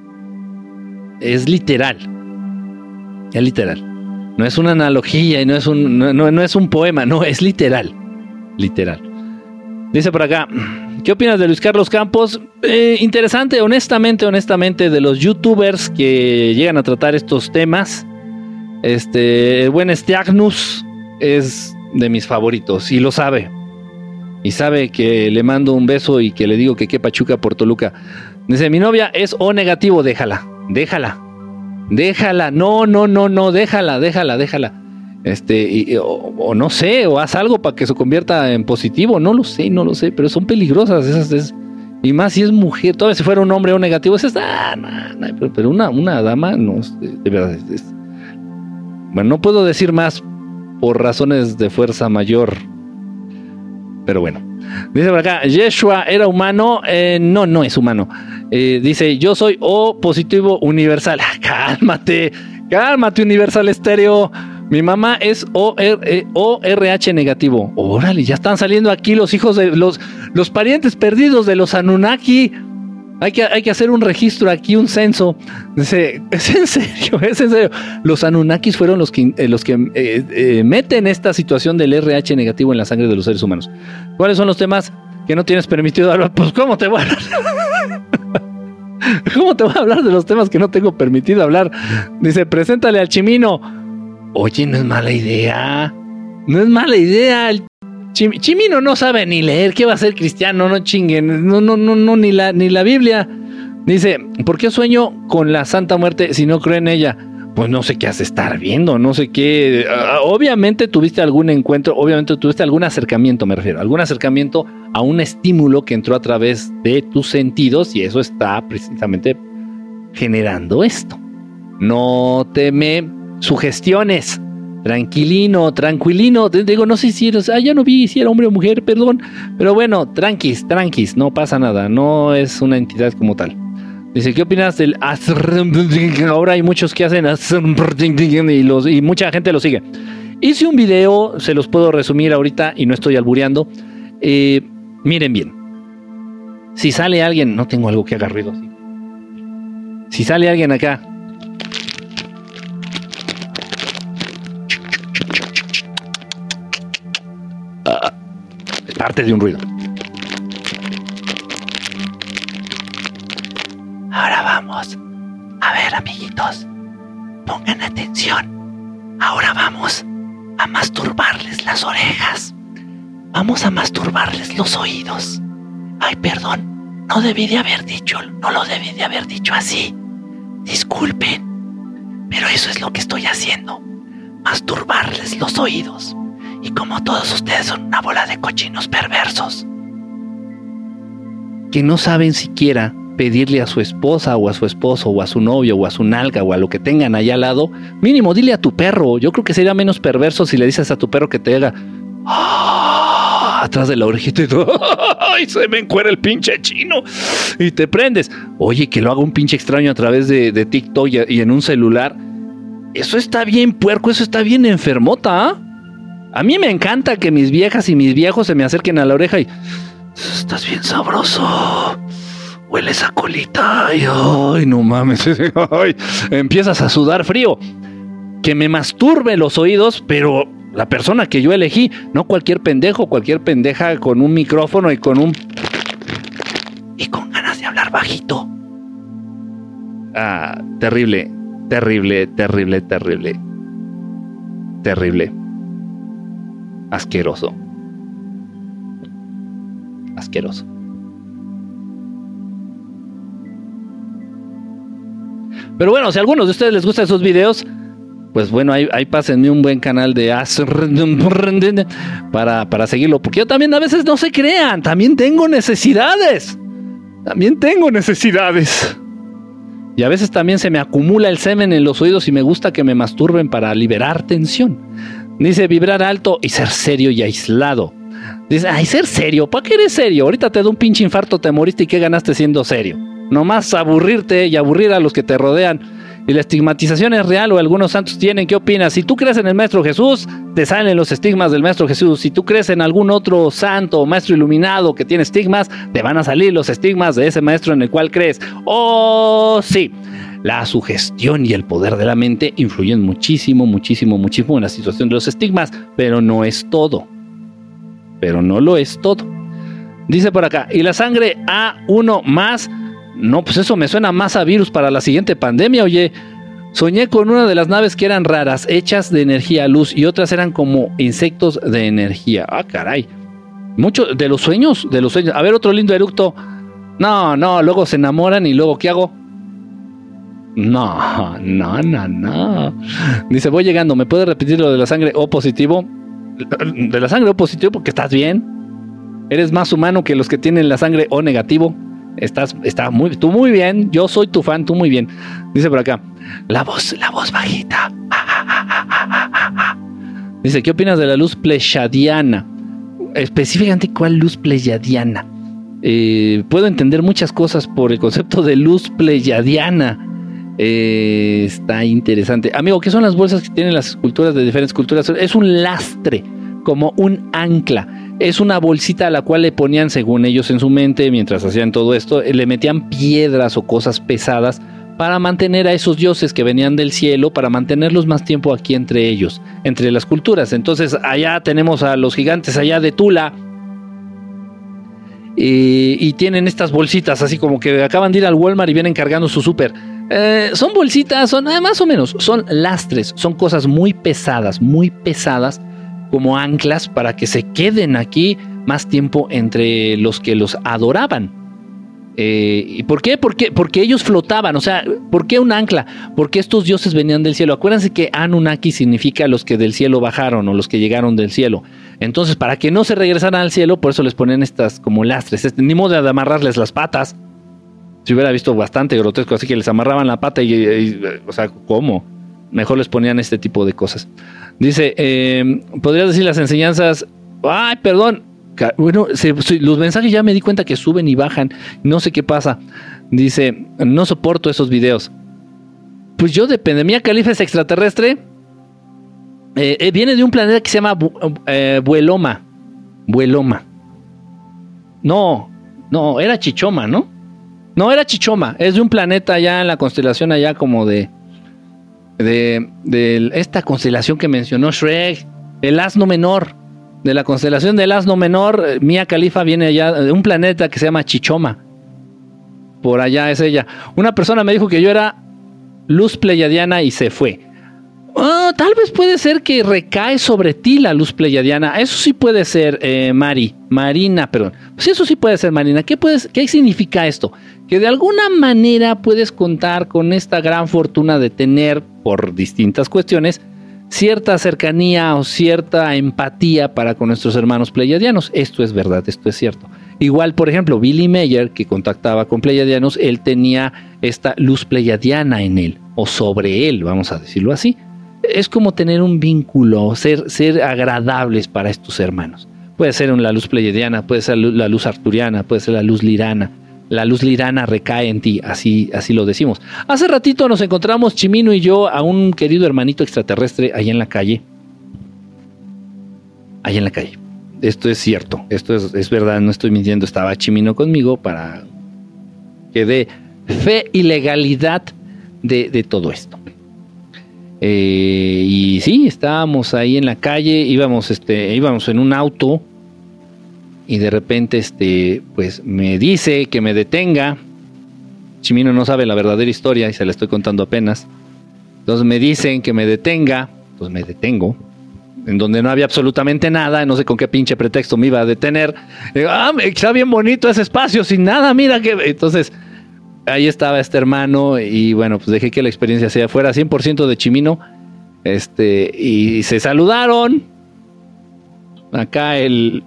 Es literal. Es literal. No es una analogía y no es un, no, no, no es un poema, no, es literal. Literal. Dice por acá, ¿qué opinas de Luis Carlos Campos? Eh, interesante, honestamente, honestamente, de los youtubers que llegan a tratar estos temas. Este, el buen Stiagnus es de mis favoritos y lo sabe. Y sabe que le mando un beso y que le digo que qué pachuca por Toluca. Dice, mi novia es O negativo, déjala, déjala, déjala, no, no, no, no, déjala, déjala, déjala. Este, y, o, o no sé, o haz algo para que se convierta en positivo, no lo sé, no lo sé, pero son peligrosas esas, es, y más si es mujer, todavía si fuera un hombre O negativo, es, ah, no, no, pero, pero una, una dama, no, de verdad, es, es, bueno, no puedo decir más por razones de fuerza mayor. Pero bueno, dice por acá, Yeshua era humano, eh, no, no es humano. Eh, dice, yo soy O positivo universal. Cálmate, cálmate, Universal Estéreo. Mi mamá es O R H negativo. Órale, ya están saliendo aquí los hijos de los, los parientes perdidos de los Anunnaki. Hay que, hay que hacer un registro aquí, un censo. Dice, es en serio, es en serio. Los Anunnakis fueron los que, eh, los que eh, eh, meten esta situación del R H negativo en la sangre de los seres humanos. ¿Cuáles son los temas que no tienes permitido hablar? Pues, ¿cómo te voy a hablar? ¿Cómo te voy a hablar de los temas que no tengo permitido hablar? Dice, preséntale al Chimino. Oye, no es mala idea. No es mala idea. El Chim, Chimino no sabe ni leer. ¿Qué va a ser cristiano? No chinguen. No, no, no, no, ni la, ni la Biblia. Dice, ¿por qué sueño con la Santa Muerte si no creo en ella? Pues no sé qué has de estar viendo, no sé qué. Uh, obviamente tuviste algún encuentro, obviamente tuviste algún acercamiento, me refiero, algún acercamiento a un estímulo que entró a través de tus sentidos y eso está precisamente generando esto. No te me sugestiones. Tranquilino, tranquilino, te digo, no sé si eres, ah, ya no vi si era hombre o mujer, perdón, pero bueno, tranquis, tranquis, no pasa nada, no es una entidad como tal. Dice, ¿qué opinas del ahora hay muchos que hacen y, los, y mucha gente lo sigue? Hice un video, se los puedo resumir ahorita y no estoy albureando. Eh, miren bien, si sale alguien, no tengo algo que haga ruido así. Si sale alguien acá parte de un ruido. Ahora vamos. A ver, amiguitos, pongan atención. Ahora vamos a masturbarles las orejas. Vamos a masturbarles los oídos. Ay, perdón, no debí de haber dicho, no lo debí de haber dicho así. Disculpen, pero eso es lo que estoy haciendo. Masturbarles los oídos. Y como todos ustedes son una bola de cochinos perversos que no saben siquiera pedirle a su esposa o a su esposo o a su novio o a su nalga o a lo que tengan allá al lado, mínimo dile a tu perro. Yo creo que sería menos perverso si le dices a tu perro que te haga ¡ah! Atrás de la orejita y todo, ¡ay! Se me encuera el pinche chino y te prendes. Oye, que lo haga un pinche extraño a través de, de TikTok y, y en un celular. Eso está bien puerco, eso está bien enfermota, ¿ah? ¿eh? A mí me encanta que mis viejas y mis viejos se me acerquen a la oreja y... Estás bien sabroso. Hueles a colita. Ay, ay, no mames. Ay, empiezas a sudar frío. Que me masturbe los oídos, pero la persona que yo elegí, no cualquier pendejo, cualquier pendeja con un micrófono y con un... Y con ganas de hablar hablar bajito. Ah, terrible, terrible, terrible, terrible. Terrible. Asqueroso. Asqueroso. Pero bueno, si a algunos de ustedes les gustan esos videos, pues bueno, ahí, ahí pásenme un buen canal de para, para seguirlo. Porque yo también a veces no se crean, también tengo necesidades. También tengo necesidades. Y a veces también se me acumula el semen en los oídos y me gusta que me masturben para liberar tensión. Dice vibrar alto y ser serio y aislado. Dice, ay, ser serio, ¿para qué eres serio? Ahorita te da un pinche infarto, te moriste y ¿qué ganaste siendo serio? Nomás aburrirte y aburrir a los que te rodean. Y la estigmatización es real o algunos santos tienen. ¿Qué opinas? Si tú crees en el Maestro Jesús, te salen los estigmas del Maestro Jesús. Si tú crees en algún otro santo o maestro iluminado que tiene estigmas, te van a salir los estigmas de ese maestro en el cual crees. ¡Oh, sí! La sugestión y el poder de la mente influyen muchísimo, muchísimo, muchísimo en la situación de los estigmas, pero no es todo. Pero no lo es todo. Dice por acá, ¿y la sangre A uno más? No, pues eso me suena más a virus para la siguiente pandemia, oye. Soñé con una de las naves que eran raras, hechas de energía luz, y otras eran como insectos de energía. Ah, caray. Muchos de los sueños, de los sueños. A ver, otro lindo eructo. No, no, luego se enamoran y luego, ¿qué hago? No, no, no, no. Dice, voy llegando, ¿me puedes repetir lo de la sangre O positivo? De la sangre O positivo porque estás bien. Eres más humano que los que tienen la sangre O negativo. Estás, está muy, tú muy bien. Yo soy tu fan, tú muy bien. Dice por acá, la voz, la voz bajita. Dice, ¿qué opinas de la luz pleyadiana? Específicamente, ¿cuál luz pleyadiana? Eh, puedo entender muchas cosas por el concepto de luz pleyadiana. Eh, está interesante. Amigo, ¿qué son las bolsas que tienen las esculturas de diferentes culturas? Es un lastre, como un ancla. Es una bolsita a la cual le ponían, según ellos en su mente, mientras hacían todo esto, le metían piedras o cosas pesadas para mantener a esos dioses que venían del cielo, para mantenerlos más tiempo aquí entre ellos, entre las culturas. Entonces allá tenemos a los gigantes allá de Tula, y, y tienen estas bolsitas así como que acaban de ir al Walmart y vienen cargando su súper. Eh, son bolsitas, son eh, más o menos, son lastres, son cosas muy pesadas, muy pesadas, como anclas para que se queden aquí más tiempo entre los que los adoraban. Eh, ¿Y por qué? Porque, porque ellos flotaban. O sea, ¿por qué un ancla? Porque estos dioses venían del cielo. Acuérdense que Anunnaki significa los que del cielo bajaron o los que llegaron del cielo. Entonces, para que no se regresaran al cielo, por eso les ponen estas como lastres. Este, ni modo de amarrarles las patas. Si hubiera visto bastante grotesco, así que les amarraban la pata y, y o sea, ¿cómo? Mejor les ponían este tipo de cosas. Dice, eh, ¿podrías decir las enseñanzas? Ay, perdón. Bueno, se, los mensajes ya me di cuenta que suben y bajan. No sé qué pasa. Dice, no soporto esos videos. Pues yo depende. Mía Khalifa es extraterrestre. Eh, eh, viene de un planeta que se llama eh, Bueloma. Bueloma. No, no, era Chichoma, ¿no? No, era Chichoma. Es de un planeta allá en la constelación allá como de... De, de esta constelación que mencionó Shrek, el asno menor, de la constelación del asno menor. Mía Khalifa viene allá de un planeta que se llama Chichoma. Por allá es ella. Una persona me dijo que yo era luz pleyadiana y se fue. Oh, tal vez puede ser que recae sobre ti la luz pleyadiana. Eso sí puede ser, eh, Mari, Marina, perdón. Pues eso sí puede ser, Marina. ¿Qué, puedes, ¿Qué significa esto? Que de alguna manera puedes contar con esta gran fortuna de tener, por distintas cuestiones, cierta cercanía o cierta empatía para con nuestros hermanos pleyadianos. Esto es verdad, esto es cierto. Igual, por ejemplo, Billy Mayer, que contactaba con pleyadianos, él tenía esta luz pleyadiana en él, o sobre él, vamos a decirlo así. Es como tener un vínculo, ser, ser agradables para estos hermanos. Puede ser la luz pleyadiana, puede ser la luz arturiana, puede ser la luz lirana. La luz lirana recae en ti, así, así lo decimos. Hace ratito nos encontramos, Chimino y yo, a un querido hermanito extraterrestre allá en la calle. Allá en la calle. Esto es cierto, esto es, es verdad, no estoy mintiendo. Estaba Chimino conmigo para que dé fe y legalidad de, de todo esto. Eh, y sí, estábamos ahí en la calle, íbamos, este, íbamos en un auto. Y de repente, este, pues me dice que me detenga. Chimino no sabe la verdadera historia y se la estoy contando apenas. Entonces me dicen que me detenga, pues me detengo, en donde no había absolutamente nada, no sé con qué pinche pretexto me iba a detener. Digo, ah, está bien bonito ese espacio, sin nada, mira que... Entonces, ahí estaba este hermano y bueno, pues dejé que la experiencia sea fuera cien por ciento de Chimino, este, y se saludaron. Acá el...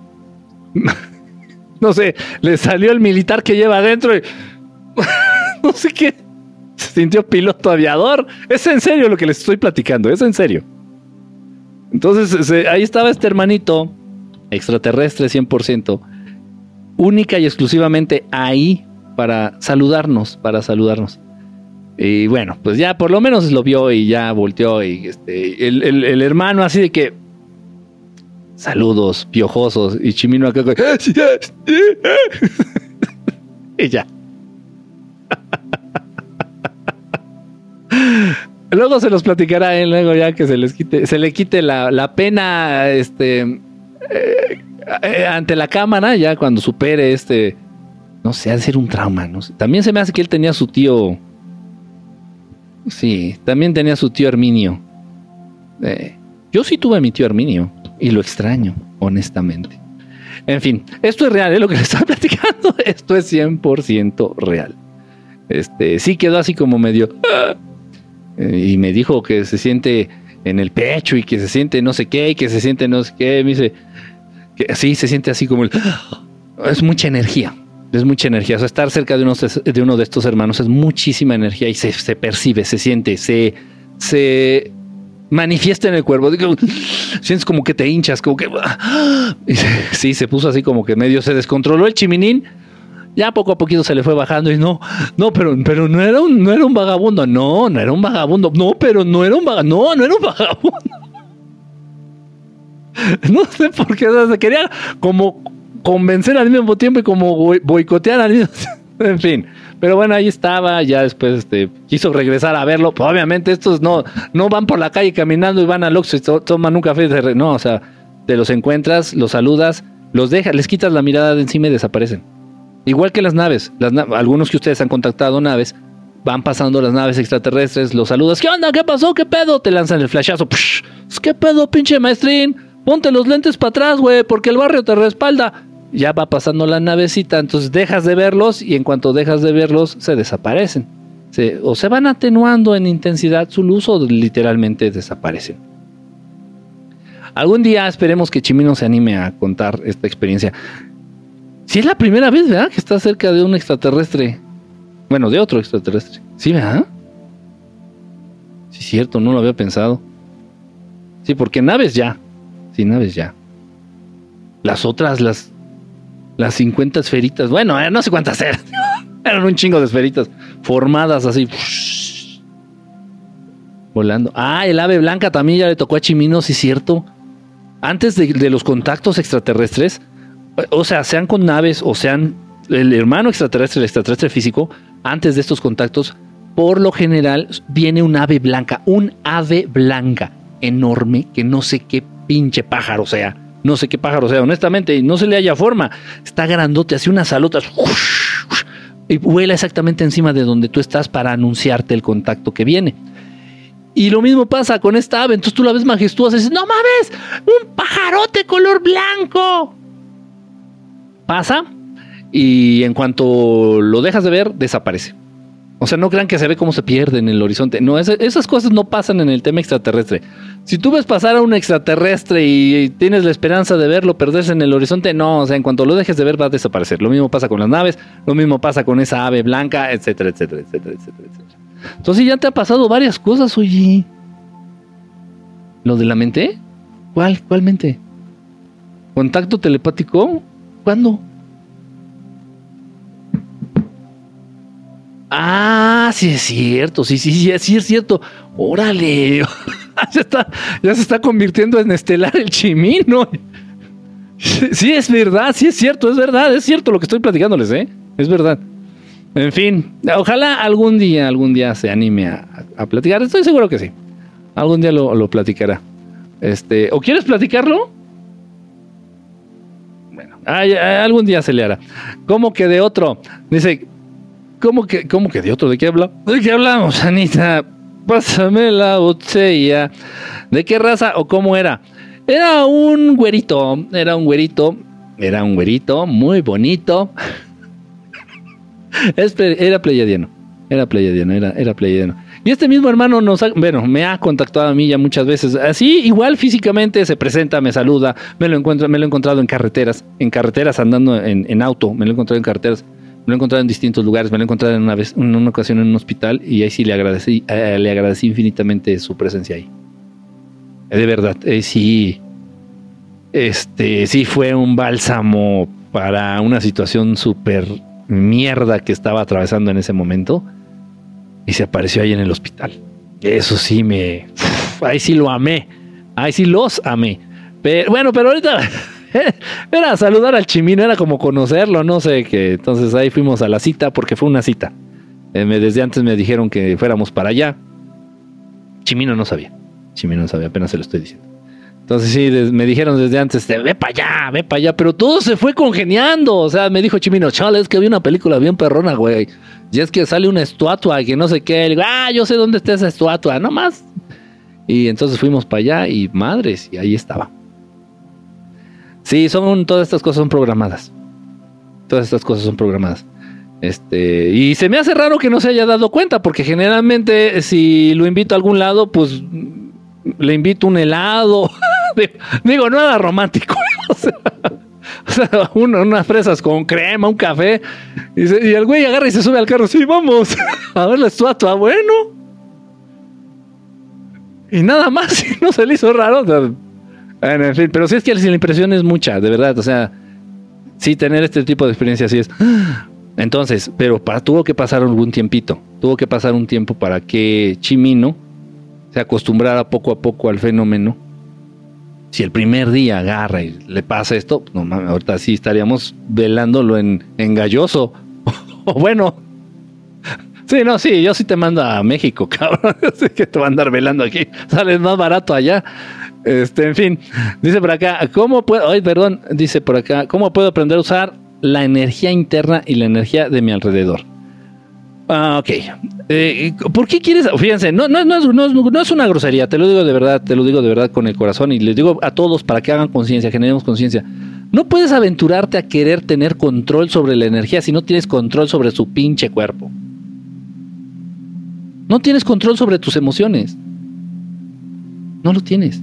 no sé, le salió el militar que lleva adentro y... no sé qué... Se sintió piloto aviador. Es en serio lo que les estoy platicando, es en serio. Entonces se, ahí estaba este hermanito extraterrestre cien por ciento, única y exclusivamente ahí para saludarnos, para saludarnos. Y bueno, pues ya por lo menos lo vio y ya volteó y este, el, el, el hermano así de que saludos piojosos y Chimino acá y ya. Luego se los platicará él, luego ya que se les quite, se le quite la, la pena este eh, eh, ante la cámara, ya cuando supere este, no sé, ha de ser un trauma, no sé. También se me hace que él tenía su tío, sí, también tenía su tío Herminio. Eh, yo sí tuve a mi tío Herminio y lo extraño, honestamente. En fin, esto es real, ¿eh? Lo que les estaba platicando, esto es cien por ciento real. Este, sí quedó así como medio... ¡ah! Y me dijo que se siente en el pecho y que se siente no sé qué y que se siente no sé qué. Me dice que sí, se siente así como el... Es mucha energía, es mucha energía. O sea, estar cerca de uno de, uno de estos hermanos es muchísima energía y se, se percibe, se siente, se, se manifiesta en el cuerpo. Sientes como que te hinchas, como que... Y se, sí, se puso así como que medio se descontroló el chiminín. Ya poco a poquito se le fue bajando y no, no, pero, pero no era un, no era un vagabundo, no, no era un vagabundo, no, pero no era un vagabundo, no, no era un vagabundo. No sé por qué, o sea, se quería como convencer al mismo tiempo y como boicotear al mismo tiempo, en fin. Pero bueno, ahí estaba, ya después este, quiso regresar a verlo. Pues obviamente estos no, no van por la calle caminando y van al Oxxo y to, toman un café. De, no, o sea, te los encuentras, los saludas, los dejas, les quitas la mirada de encima y desaparecen. Igual que las naves, las na- algunos que ustedes han contactado naves, van pasando las naves extraterrestres, los saludas, ¿qué onda? ¿Qué pasó? ¿Qué pedo? Te lanzan el flashazo, Psh, ¿qué pedo, pinche maestrín? Ponte los lentes para atrás, güey, porque el barrio te respalda. Ya va pasando la navecita, entonces dejas de verlos y en cuanto dejas de verlos, se desaparecen. Se, o se van atenuando en intensidad su luz o literalmente desaparecen. Algún día esperemos que Chimino se anime a contar esta experiencia. Si es la primera vez, ¿verdad? Que está cerca de un extraterrestre. Bueno, de otro extraterrestre. Sí, ¿verdad? Sí, es cierto, no lo había pensado. Sí, porque naves ya. Sí, naves ya. Las otras, las... Las cincuenta esferitas. Bueno, eh, no sé cuántas eran. Eran un chingo de esferitas. Formadas así. Volando. Ah, el ave blanca también ya le tocó a Chimino, sí, es cierto. Antes de, de los contactos extraterrestres... O sea, sean con naves o sean el hermano extraterrestre, el extraterrestre físico, antes de estos contactos, por lo general viene un ave blanca, un ave blanca enorme que no sé qué pinche pájaro sea, no sé qué pájaro sea, honestamente, no se le haya forma, está grandote, hace unas alotas y vuela exactamente encima de donde tú estás para anunciarte el contacto que viene. Y lo mismo pasa con esta ave, entonces tú la ves majestuosa y dices, no mames, un pajarote color blanco. Pasa y en cuanto lo dejas de ver, desaparece. O sea, no crean que se ve cómo se pierde en el horizonte. No, es, esas cosas no pasan en el tema extraterrestre. Si tú ves pasar a un extraterrestre y tienes la esperanza de verlo perderse en el horizonte, no, o sea, en cuanto lo dejes de ver va a desaparecer. Lo mismo pasa con las naves, lo mismo pasa con esa ave blanca, etcétera, etcétera, etcétera, etcétera, etcétera. Entonces ya te ha pasado varias cosas, oye. ¿Lo de la mente? ¿Cuál? ¿Cuál mente? ¿Contacto telepático? ¿Cuándo? Ah, sí es cierto, sí, sí, sí, sí es cierto. Órale, ya, está, ya se está convirtiendo en estelar el Chimino. Sí, es verdad, sí es cierto, es verdad, es cierto lo que estoy platicándoles, ¿eh? Es verdad. En fin, ojalá algún día, algún día se anime a, a platicar. Estoy seguro que sí. Algún día lo, lo platicará. Este, ¿o quieres platicarlo? Bueno, ay, ay, algún día se le hará. ¿Cómo que de otro? Dice, ¿cómo que, cómo que de otro? ¿De qué habla? ¿De qué hablamos, Anita? Pásame la botella. ¿De qué raza o cómo era? Era un güerito, era un güerito, era un güerito muy bonito. Era pleyadiano, era pleyadiano, era, era pleyadiano. Y este mismo hermano nos ha, bueno, me ha contactado a mí ya muchas veces. Así, igual físicamente se presenta, me saluda, me lo encuentro, me lo he encontrado en carreteras, en carreteras andando en, en auto, me lo he encontrado en carreteras, me lo he encontrado en distintos lugares, me lo he encontrado en una vez, en una ocasión en un hospital, y ahí sí le agradecí, eh, le agradecí infinitamente su presencia ahí. De verdad, eh, sí, este, sí fue un bálsamo para una situación súper mierda que estaba atravesando en ese momento. Y se apareció ahí en el hospital. Eso sí me... Uf, ahí sí lo amé. Ahí sí los amé. Pero, bueno, pero ahorita... Era saludar al Chimino, era como conocerlo, no sé qué. Entonces ahí fuimos a la cita, porque fue una cita. Eh, me, desde antes me dijeron que fuéramos para allá. Chimino no sabía. Chimino no sabía, apenas se lo estoy diciendo. Entonces sí, des, me dijeron desde antes, ve para allá, ve para allá. Pero todo se fue congeniando. O sea, me dijo Chimino, chale, es que vi una película bien perrona, güey. Y es que sale una estatua que no sé qué. Le digo, ah, yo sé dónde está esa estatua, no más. Y entonces fuimos para allá y madres, y ahí estaba. Sí, son, todas estas cosas son programadas. Todas estas cosas son programadas. Este, y se me hace raro que no se haya dado cuenta, porque generalmente si lo invito a algún lado, pues le invito un helado. Digo, nada romántico. O sea, o sea un, unas fresas con crema, un café. Y, se, y el güey agarra y se sube al carro. Sí, vamos a ver la estatua. Bueno. Y nada más. No se le hizo raro. O sea, en fin, pero sí es que la impresión es mucha, de verdad. O sea, sí, tener este tipo de experiencia así es. Entonces, pero para, tuvo que pasar algún tiempito. Tuvo que pasar un tiempo para que Chimino se acostumbrara poco a poco al fenómeno. Si el primer día agarra y le pasa esto, no mames, ahorita sí estaríamos velándolo en, en Galloso. O bueno, sí, no, sí, yo sí te mando a México, cabrón. Así que te va a andar velando aquí. Sales más barato allá. Este, en fin, dice por acá, ¿cómo puedo, ay, perdón, dice por acá, ¿cómo puedo aprender a usar la energía interna y la energía de mi alrededor? Ah, ok. Eh, ¿Por qué quieres? Fíjense, no, no, no, es, no, es, no es una grosería, te lo digo de verdad, te lo digo de verdad con el corazón, y les digo a todos para que hagan conciencia, generemos conciencia. No puedes aventurarte a querer tener control sobre la energía si no tienes control sobre su pinche cuerpo. No tienes control sobre tus emociones. No lo tienes.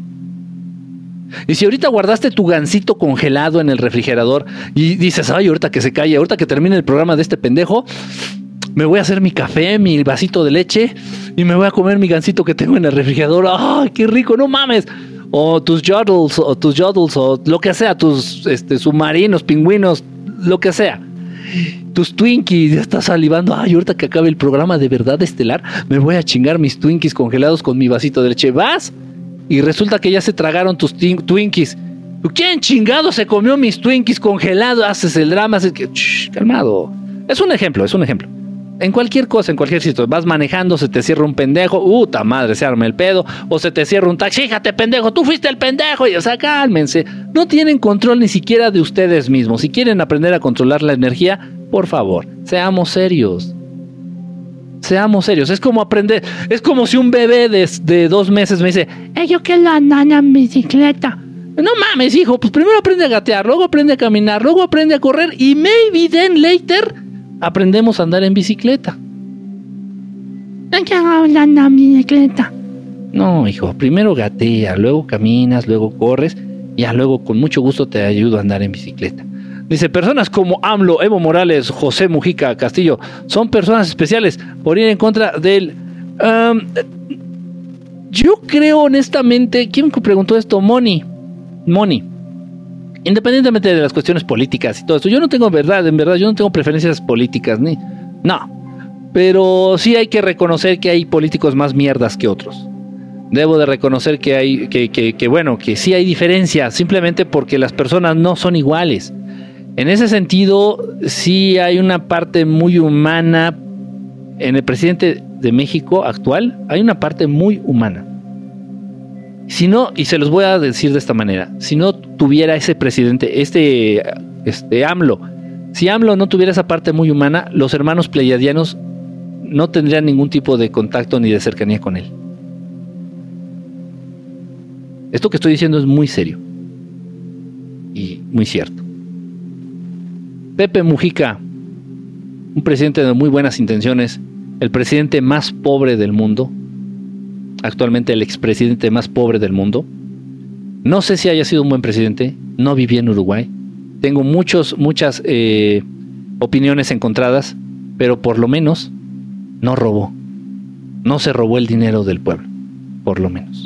Y si ahorita guardaste tu gansito congelado en el refrigerador y dices, ay, ahorita que se calle, ahorita que termine el programa de este pendejo, me voy a hacer mi café, mi vasito de leche y me voy a comer mi gansito que tengo en el refrigerador. ¡Ay, qué rico! ¡No mames! O tus yodels, o tus yodels, o lo que sea, tus este, submarinos, pingüinos, lo que sea. Tus Twinkies, ya estás salivando. Ay, ahorita que acabe el programa de Verdad Estelar, me voy a chingar mis Twinkies congelados con mi vasito de leche. ¿Vas? Y resulta que ya se tragaron tus Twinkies. ¿Quién chingado se comió mis Twinkies congelados? Haces el drama, haces que... Shh, calmado. Es un ejemplo, es un ejemplo. En cualquier cosa, en cualquier sitio, vas manejando, se te cierra un pendejo, puta madre, se arma el pedo, o se te cierra un taxi, fíjate pendejo, tú fuiste el pendejo, y o sea, cálmense. No tienen control ni siquiera de ustedes mismos. Si quieren aprender a controlar la energía, por favor, seamos serios. Seamos serios, es como aprender, es como si un bebé de, de dos meses me dice, eh, yo quiero andar en bicicleta. No mames, hijo, pues primero aprende a gatear, luego aprende a caminar, luego aprende a correr, y maybe then later aprendemos a andar en bicicleta. No quiero andar en bicicleta. No, hijo, primero gatea, luego caminas, luego corres, y ya luego con mucho gusto te ayudo a andar en bicicleta. Dice, personas como AMLO, Evo Morales, José Mujica Castillo, son personas especiales por ir en contra del... Um, yo creo honestamente, ¿quién me preguntó esto? Moni. Moni. Independientemente de las cuestiones políticas y todo esto, yo no tengo verdad, en verdad, yo no tengo preferencias políticas, ni... No. Pero sí hay que reconocer que hay políticos más mierdas que otros. Debo de reconocer que hay, que, que, que bueno, que sí hay diferencia, simplemente porque las personas no son iguales. En ese sentido, sí hay una parte muy humana en el presidente de México actual, hay una parte muy humana. Si no, y se los voy a decir de esta manera, si no tuviera ese presidente, este, este AMLO, Si AMLO no tuviera esa parte muy humana, los hermanos pleiadianos no tendrían ningún tipo de contacto ni de cercanía con él. Esto que estoy diciendo es muy serio y muy cierto. Pepe Mujica, un presidente de muy buenas intenciones, el presidente más pobre del mundo, actualmente el expresidente más pobre del mundo. No sé si haya sido un buen presidente, no viví en Uruguay. Tengo muchos, muchas eh, opiniones encontradas, pero por lo menos no robó. No se robó el dinero del pueblo, por lo menos.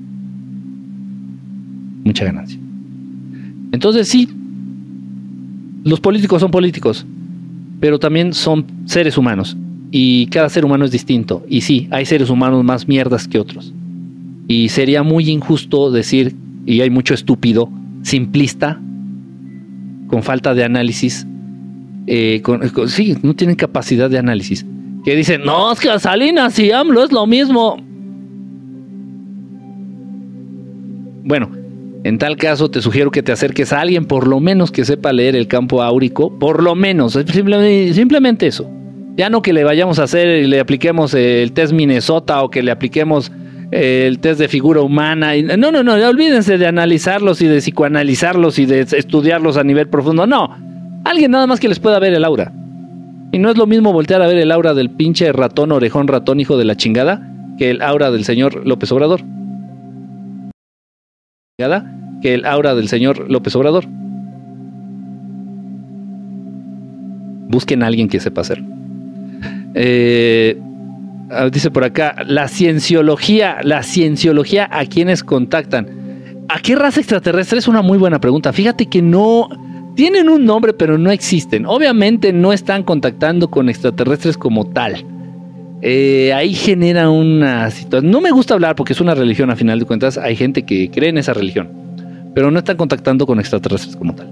Mucha ganancia. Entonces sí, los políticos son políticos, pero también son seres humanos. Y cada ser humano es distinto. Y sí, hay seres humanos más mierdas que otros. Y sería muy injusto decir, y hay mucho estúpido, simplista, con falta de análisis, eh, con, con, sí, no tienen capacidad de análisis, que dicen, no, es que Salinas y AMLO es lo mismo. Bueno, en tal caso te sugiero que te acerques a alguien por lo menos que sepa leer el campo áurico, por lo menos, simplemente, simplemente eso. Ya no que le vayamos a hacer y le apliquemos el test Minnesota o que le apliquemos el test de figura humana. No, no, no, olvídense de analizarlos y de psicoanalizarlos y de estudiarlos a nivel profundo. No, alguien nada más que les pueda ver el aura. Y no es lo mismo voltear a ver el aura del pinche ratón, orejón, ratón, hijo de la chingada, que el aura del señor López Obrador. Que el aura del señor López Obrador. Busquen a alguien que sepa hacerlo. Eh, dice por acá, la cienciología, la cienciología, ¿a quiénes contactan? ¿A qué raza extraterrestre? Es una muy buena pregunta. Fíjate que no, tienen un nombre pero no existen. Obviamente no están contactando con extraterrestres como tal. Eh, ahí genera una situación, no me gusta hablar porque es una religión a final de cuentas, hay gente que cree en esa religión, pero no están contactando con extraterrestres como tal.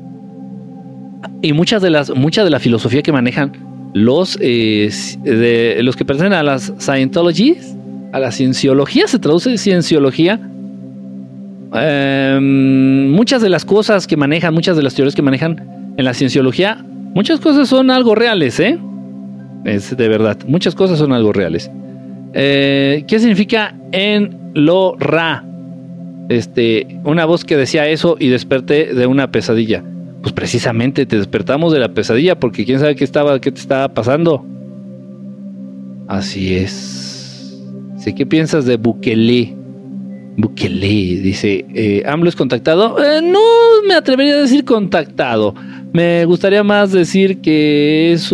Y muchas de las, mucha de la filosofía que manejan los, eh, de, los que pertenecen a las Scientologies, a la cienciología, se traduce cienciología. Eh, muchas de las cosas que manejan, muchas de las teorías que manejan en la cienciología, muchas cosas son algo reales, ¿eh? Es de verdad, muchas cosas son algo reales. Eh, ¿Qué significa en lo ra? Este, una voz que decía eso y desperté de una pesadilla. Pues precisamente te despertamos de la pesadilla porque quién sabe qué estaba, qué te estaba pasando. Así es. Sí, ¿qué piensas de Bukele? Bukele dice, eh, ¿AMLO es contactado? Eh, no me atrevería a decir contactado. Me gustaría más decir que es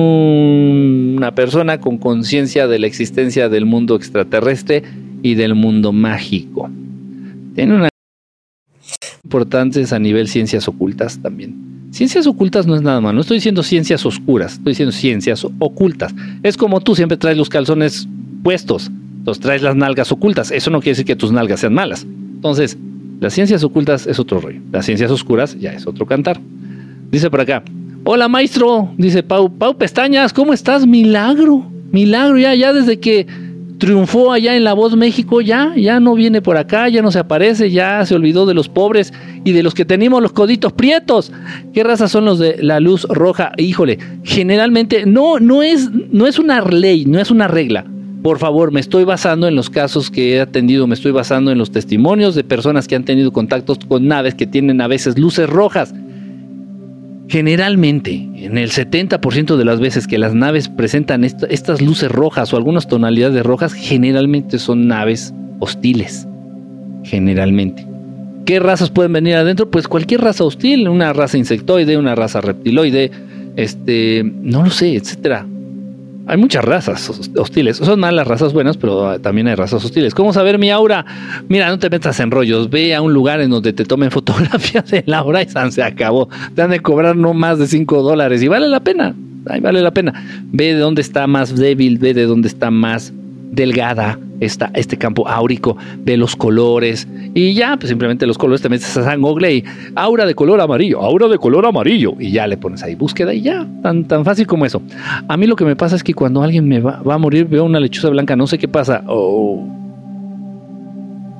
un, una persona con conciencia de la existencia del mundo extraterrestre y del mundo mágico. Tiene una importantes a nivel ciencias ocultas también. Ciencias ocultas no es nada más, no estoy diciendo ciencias oscuras, estoy diciendo ciencias ocultas. Es como tú siempre traes los calzones puestos, entonces traes las nalgas ocultas. Eso no quiere decir que tus nalgas sean malas. Entonces, las ciencias ocultas es otro rollo. Las ciencias oscuras ya es otro cantar. Dice por acá, hola maestro, dice Pau, Pau Pestañas, ¿cómo estás? Milagro, milagro, ya, ya desde que triunfó allá en La Voz México, ya, ya no viene por acá, ya no se aparece, ya se olvidó de los pobres y de los que tenemos los coditos prietos. ¿Qué raza son los de la luz roja? Híjole, generalmente no, no es, no es una ley, no es una regla. Por favor, me estoy basando en los casos que he atendido, me estoy basando en los testimonios de personas que han tenido contactos con naves que tienen a veces luces rojas. Generalmente, en el setenta por ciento de las veces que las naves presentan est- estas luces rojas o algunas tonalidades rojas, generalmente son naves hostiles. Generalmente. ¿Qué razas pueden venir adentro? Pues cualquier raza hostil, una raza insectoide, una raza reptiloide, este, no lo sé, etcétera. Hay muchas razas hostiles. Son más las razas buenas, pero también hay razas hostiles. ¿Cómo saber mi aura? Mira, no te metas en rollos. Ve a un lugar en donde te tomen fotografías de la aura y se acabó. Te han de cobrar no más de cinco dólares y vale la pena. Ay, vale la pena. Ve de dónde está más débil, ve de dónde está más delgada esta, este campo áurico, ve los colores y ya, pues simplemente los colores te metes a San Google y aura de color amarillo, aura de color amarillo y ya le pones ahí búsqueda y ya, tan, tan fácil como eso. A mí lo que me pasa es que cuando alguien me va, va a morir, veo una lechuza blanca, no sé qué pasa. Oh.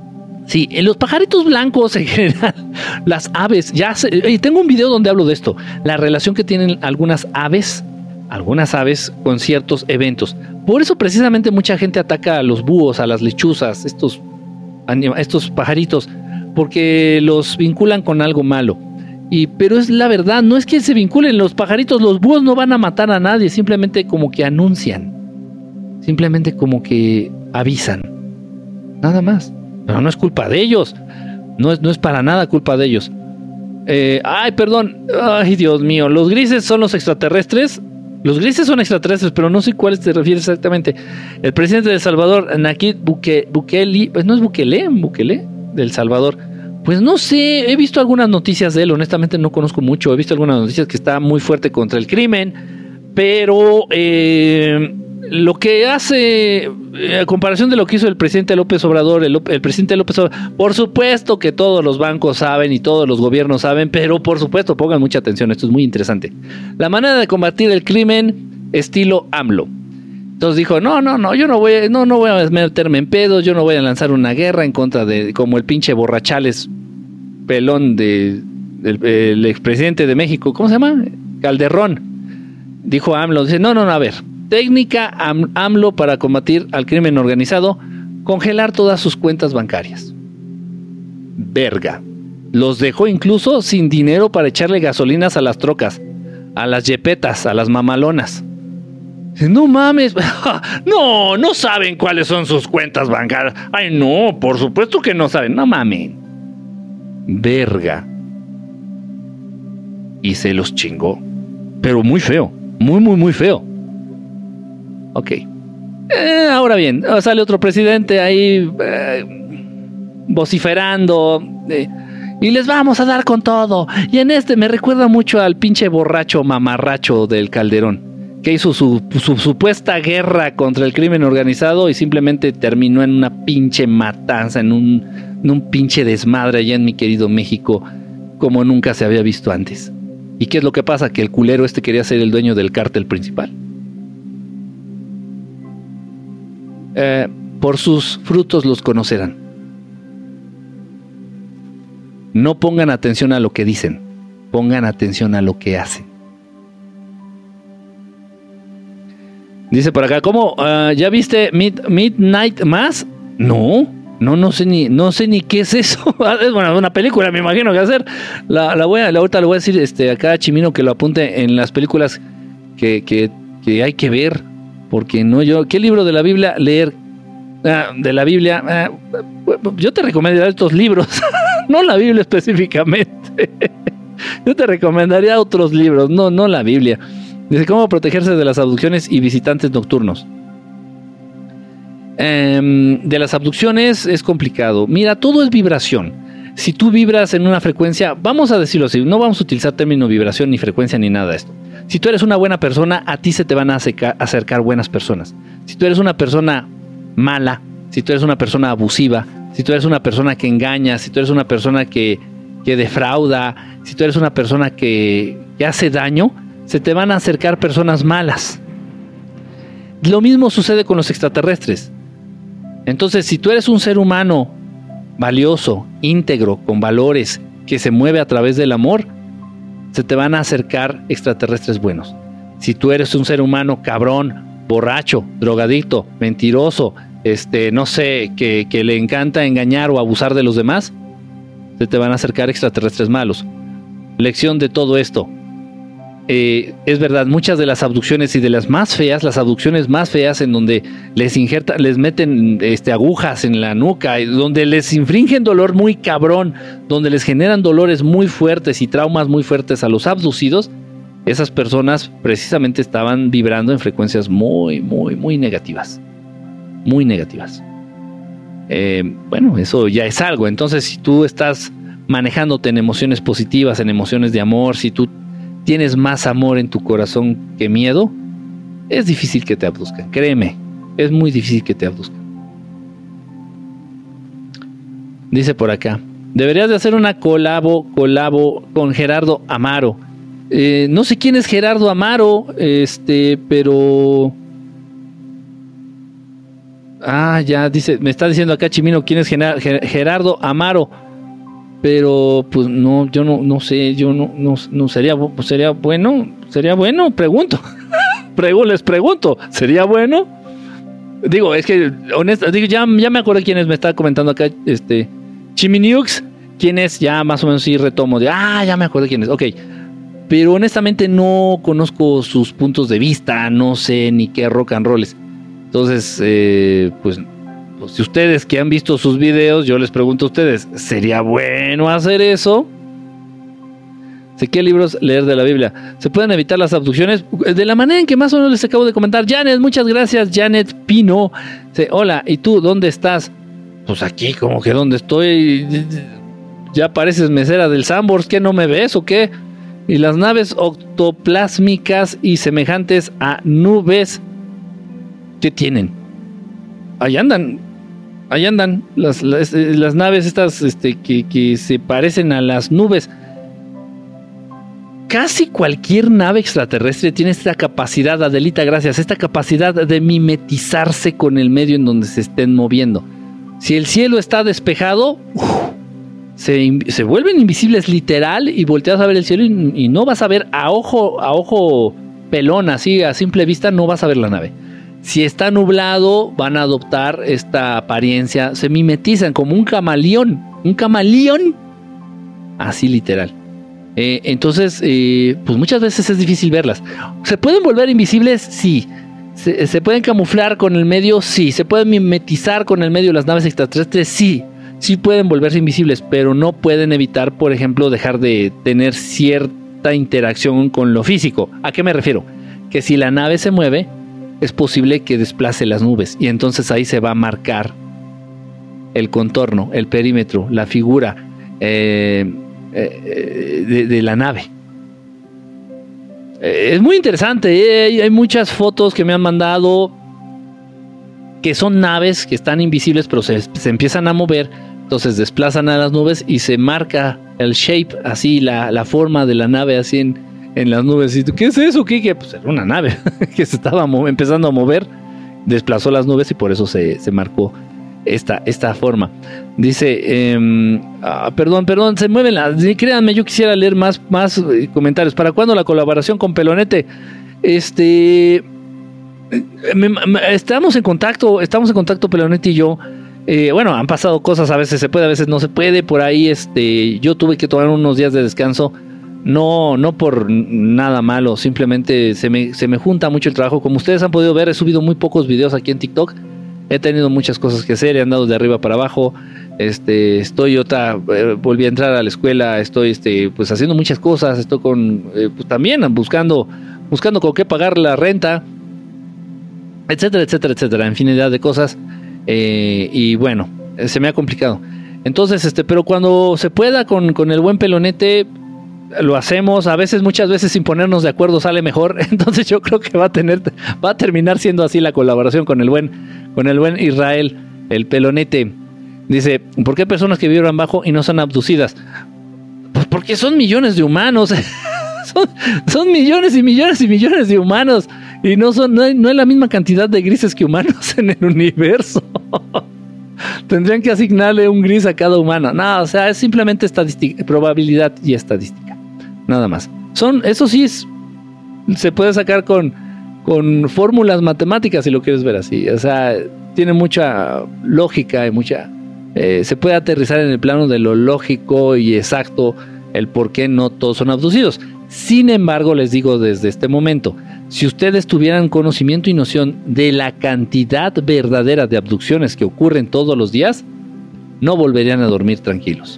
Sí, en los pajaritos blancos en general, las aves, ya se, y tengo un video donde hablo de esto, la relación que tienen algunas aves, algunas aves con ciertos eventos. Por eso precisamente mucha gente ataca a los búhos, a las lechuzas, estos, estos pajaritos, porque los vinculan con algo malo. Y, pero es la verdad, no es que se vinculen los pajaritos, los búhos no van a matar a nadie, simplemente como que anuncian, simplemente como que avisan, nada más. Pero no es culpa de ellos, no es, no es para nada culpa de ellos. Eh, ay, perdón, ay, Dios mío, los grises son los extraterrestres. Los grises son extraterrestres, pero no sé cuáles te refieres exactamente. El presidente de El Salvador, Nayib Bukele, pues no es Bukele, Bukele, del Salvador. Pues no sé, he visto algunas noticias de él, honestamente no conozco mucho, he visto algunas noticias que está muy fuerte contra el crimen, pero eh, lo que hace, a comparación de lo que hizo el presidente López Obrador, el, el presidente López Obrador, por supuesto que todos los bancos saben y todos los gobiernos saben, pero por supuesto pongan mucha atención, esto es muy interesante. La manera de combatir el crimen estilo AMLO. Entonces dijo, no, no, no, yo no voy, no, no voy a meterme en pedos, yo no voy a lanzar una guerra en contra de, como el pinche borrachales pelón de, del el expresidente de México, ¿cómo se llama? Calderón. Dijo AMLO, dice, no, no, no, a ver, técnica Am, AMLO para combatir al crimen organizado, congelar todas sus cuentas bancarias. Verga. Los dejó incluso sin dinero para echarle gasolinas a las trocas, a las jepetas, a las mamalonas. No mames, no, no saben cuáles son sus cuentas bancarias. Ay, no, por supuesto que no saben, no mamen. Verga. Y se los chingó. Pero muy feo, muy, muy, muy feo. Ok. Eh, ahora bien, sale otro presidente ahí eh, vociferando. Eh, y les vamos a dar con todo. Y en este me recuerda mucho al pinche borracho mamarracho del Calderón, que hizo su, su supuesta guerra contra el crimen organizado y simplemente terminó en una pinche matanza, en un, en un pinche desmadre allá en mi querido México, como nunca se había visto antes. ¿Y qué es lo que pasa? Que el culero este quería ser el dueño del cártel principal. Eh, por sus frutos los conocerán. No pongan atención a lo que dicen, pongan atención a lo que hacen. Dice por acá, ¿cómo? Uh, ¿Ya viste Mid, Midnight Mass? No, no, no sé ni, no sé ni qué es eso. Es bueno, una película, me imagino que va a ser. La, la voy a, la ahorita le voy a decir este, acá a Chimino que lo apunte en las películas que, que, que hay que ver. Porque no yo, ¿qué libro de la Biblia leer? Ah, de la Biblia, ah, yo te recomendaría estos libros, no la Biblia específicamente. Yo te recomendaría otros libros, no, no la Biblia. Dice, ¿cómo protegerse de las abducciones y visitantes nocturnos? Eh, de las abducciones es complicado. Mira, todo es vibración. Si tú vibras en una frecuencia, vamos a decirlo así, no vamos a utilizar término vibración ni frecuencia ni nada de esto. Si tú eres una buena persona, a ti se te van a acercar, acercar buenas personas. Si tú eres una persona mala, si tú eres una persona abusiva, si tú eres una persona que engaña, si tú eres una persona que, que defrauda, si tú eres una persona que, que hace daño, se te van a acercar personas malas. Lo mismo sucede con los extraterrestres. Entonces, si tú eres un ser humano valioso, íntegro, con valores, que se mueve a través del amor, se te van a acercar extraterrestres buenos. Si tú eres un ser humano cabrón, borracho, drogadicto, mentiroso, este, no sé, que, que le encanta engañar o abusar de los demás, se te van a acercar extraterrestres malos. Lección de todo esto. Eh, es verdad, muchas de las abducciones y de las más feas, las abducciones más feas en donde les injertan, les meten este, agujas en la nuca, donde les infringen dolor muy cabrón, donde les generan dolores muy fuertes y traumas muy fuertes a los abducidos, esas personas precisamente estaban vibrando en frecuencias muy, muy, muy negativas. Muy negativas. Eh, bueno, eso ya es algo. Entonces, si tú estás manejándote en emociones positivas, en emociones de amor, si tú tienes más amor en tu corazón que miedo, es difícil que te abduzcan. Créeme, es muy difícil que te abduzcan. Dice por acá, deberías de hacer una colabo, colabo con Gerardo Amaro. Eh, no sé quién es Gerardo Amaro, este, pero Ah, ya dice, me está diciendo acá Chimino quién es Gerardo Amaro. Pero pues no, yo no, no sé, yo no, no, no sería, sería bueno, sería bueno, pregunto. Pregu les pregunto, ¿sería bueno? Digo, es que honesta, digo, ya, ya me acuerdo quién es, me está comentando acá, este, Chiminiux, quién es, ya más o menos sí retomo de, ah, ya me acuerdo quién es, ok. Pero honestamente no conozco sus puntos de vista, no sé ni qué rock and roll es. Entonces, eh, pues, pues, si ustedes que han visto sus videos, yo les pregunto a ustedes, ¿sería bueno hacer eso? ¿Sé qué libros leer de la Biblia? ¿Se pueden evitar las abducciones? De la manera en que más o menos les acabo de comentar. Janet, muchas gracias, Janet Pino. Dice, hola, ¿y tú dónde estás? Pues aquí, como que donde estoy. Ya pareces mesera del Sambors, ¿qué no me ves o qué? Y las naves octoplásmicas y semejantes a nubes, ¿qué tienen? Ahí andan, ahí andan las, las, las naves estas este, que, que se parecen a las nubes. Casi cualquier nave extraterrestre tiene esta capacidad, Adelita, gracias, esta capacidad de mimetizarse con el medio en donde se estén moviendo. Si el cielo está despejado, uf, se, se vuelven invisibles literal y volteas a ver el cielo y, y no vas a ver a ojo, a ojo pelón, así a simple vista, no vas a ver la nave. Si está nublado, van a adoptar esta apariencia, se mimetizan como un camaleón, un camaleón, así literal. Eh, entonces, eh, pues muchas veces es difícil verlas. ¿Se pueden volver invisibles? Sí. ¿Se, ¿Se pueden camuflar con el medio? Sí. ¿Se pueden mimetizar con el medio de las naves extraterrestres? Sí. Sí pueden volverse invisibles, pero no pueden evitar, por ejemplo, dejar de tener cierta interacción con lo físico. ¿A qué me refiero? Que si la nave se mueve, es posible que desplace las nubes y entonces ahí se va a marcar el contorno, el perímetro, la figura eh, eh, de, de la nave. Eh, es muy interesante, eh, hay, hay muchas fotos que me han mandado que son naves que están invisibles pero se, se empiezan a mover, entonces desplazan a las nubes y se marca el shape, así la, la forma de la nave así en, en las nubes. ¿Y tú, qué es eso, Kike? Pues era una nave que se estaba empezando a mover, desplazó las nubes y por eso se, se marcó esta, esta forma. Dice, eh, ah, perdón, perdón, se mueven las, créanme, yo quisiera leer más, más eh, comentarios. ¿Para cuándo la colaboración con Pelonete? Este, me, me, estamos en contacto, estamos en contacto Pelonete y yo. Eh, bueno, han pasado cosas, a veces se puede, a veces no se puede. Por ahí, este, yo tuve que tomar unos días de descanso. No, no por nada malo, simplemente se me, se me junta mucho el trabajo. Como ustedes han podido ver, he subido muy pocos videos aquí en TikTok. He tenido muchas cosas que hacer, he andado de arriba para abajo. Este, estoy otra, eh, volví a entrar a la escuela, estoy este, pues haciendo muchas cosas, estoy con, eh, pues también buscando, buscando con qué pagar la renta, etcétera, etcétera, etcétera, infinidad de cosas. Eh, y bueno, se me ha complicado. Entonces, este, pero cuando se pueda con, con el buen Pelonete, lo hacemos, a veces, muchas veces sin ponernos de acuerdo sale mejor. Entonces yo creo que va a tener, va a terminar siendo así la colaboración con el buen, con el buen Israel, el Pelonete. Dice, ¿por qué hay personas que vibran bajo y no son abducidas? Pues porque son millones de humanos. son, son millones y millones y millones de humanos. Y no son, no hay, no hay la misma cantidad de grises que humanos en el universo. Tendrían que asignarle un gris a cada humano. No, o sea, es simplemente estadística, probabilidad y estadística. Nada más. Son, eso sí es, se puede sacar con, con fórmulas matemáticas si lo quieres ver así. O sea, tiene mucha lógica y mucha, eh, se puede aterrizar en el plano de lo lógico y exacto el por qué no todos son abducidos. Sin embargo, les digo desde este momento, si ustedes tuvieran conocimiento y noción de la cantidad verdadera de abducciones que ocurren todos los días, no volverían a dormir tranquilos.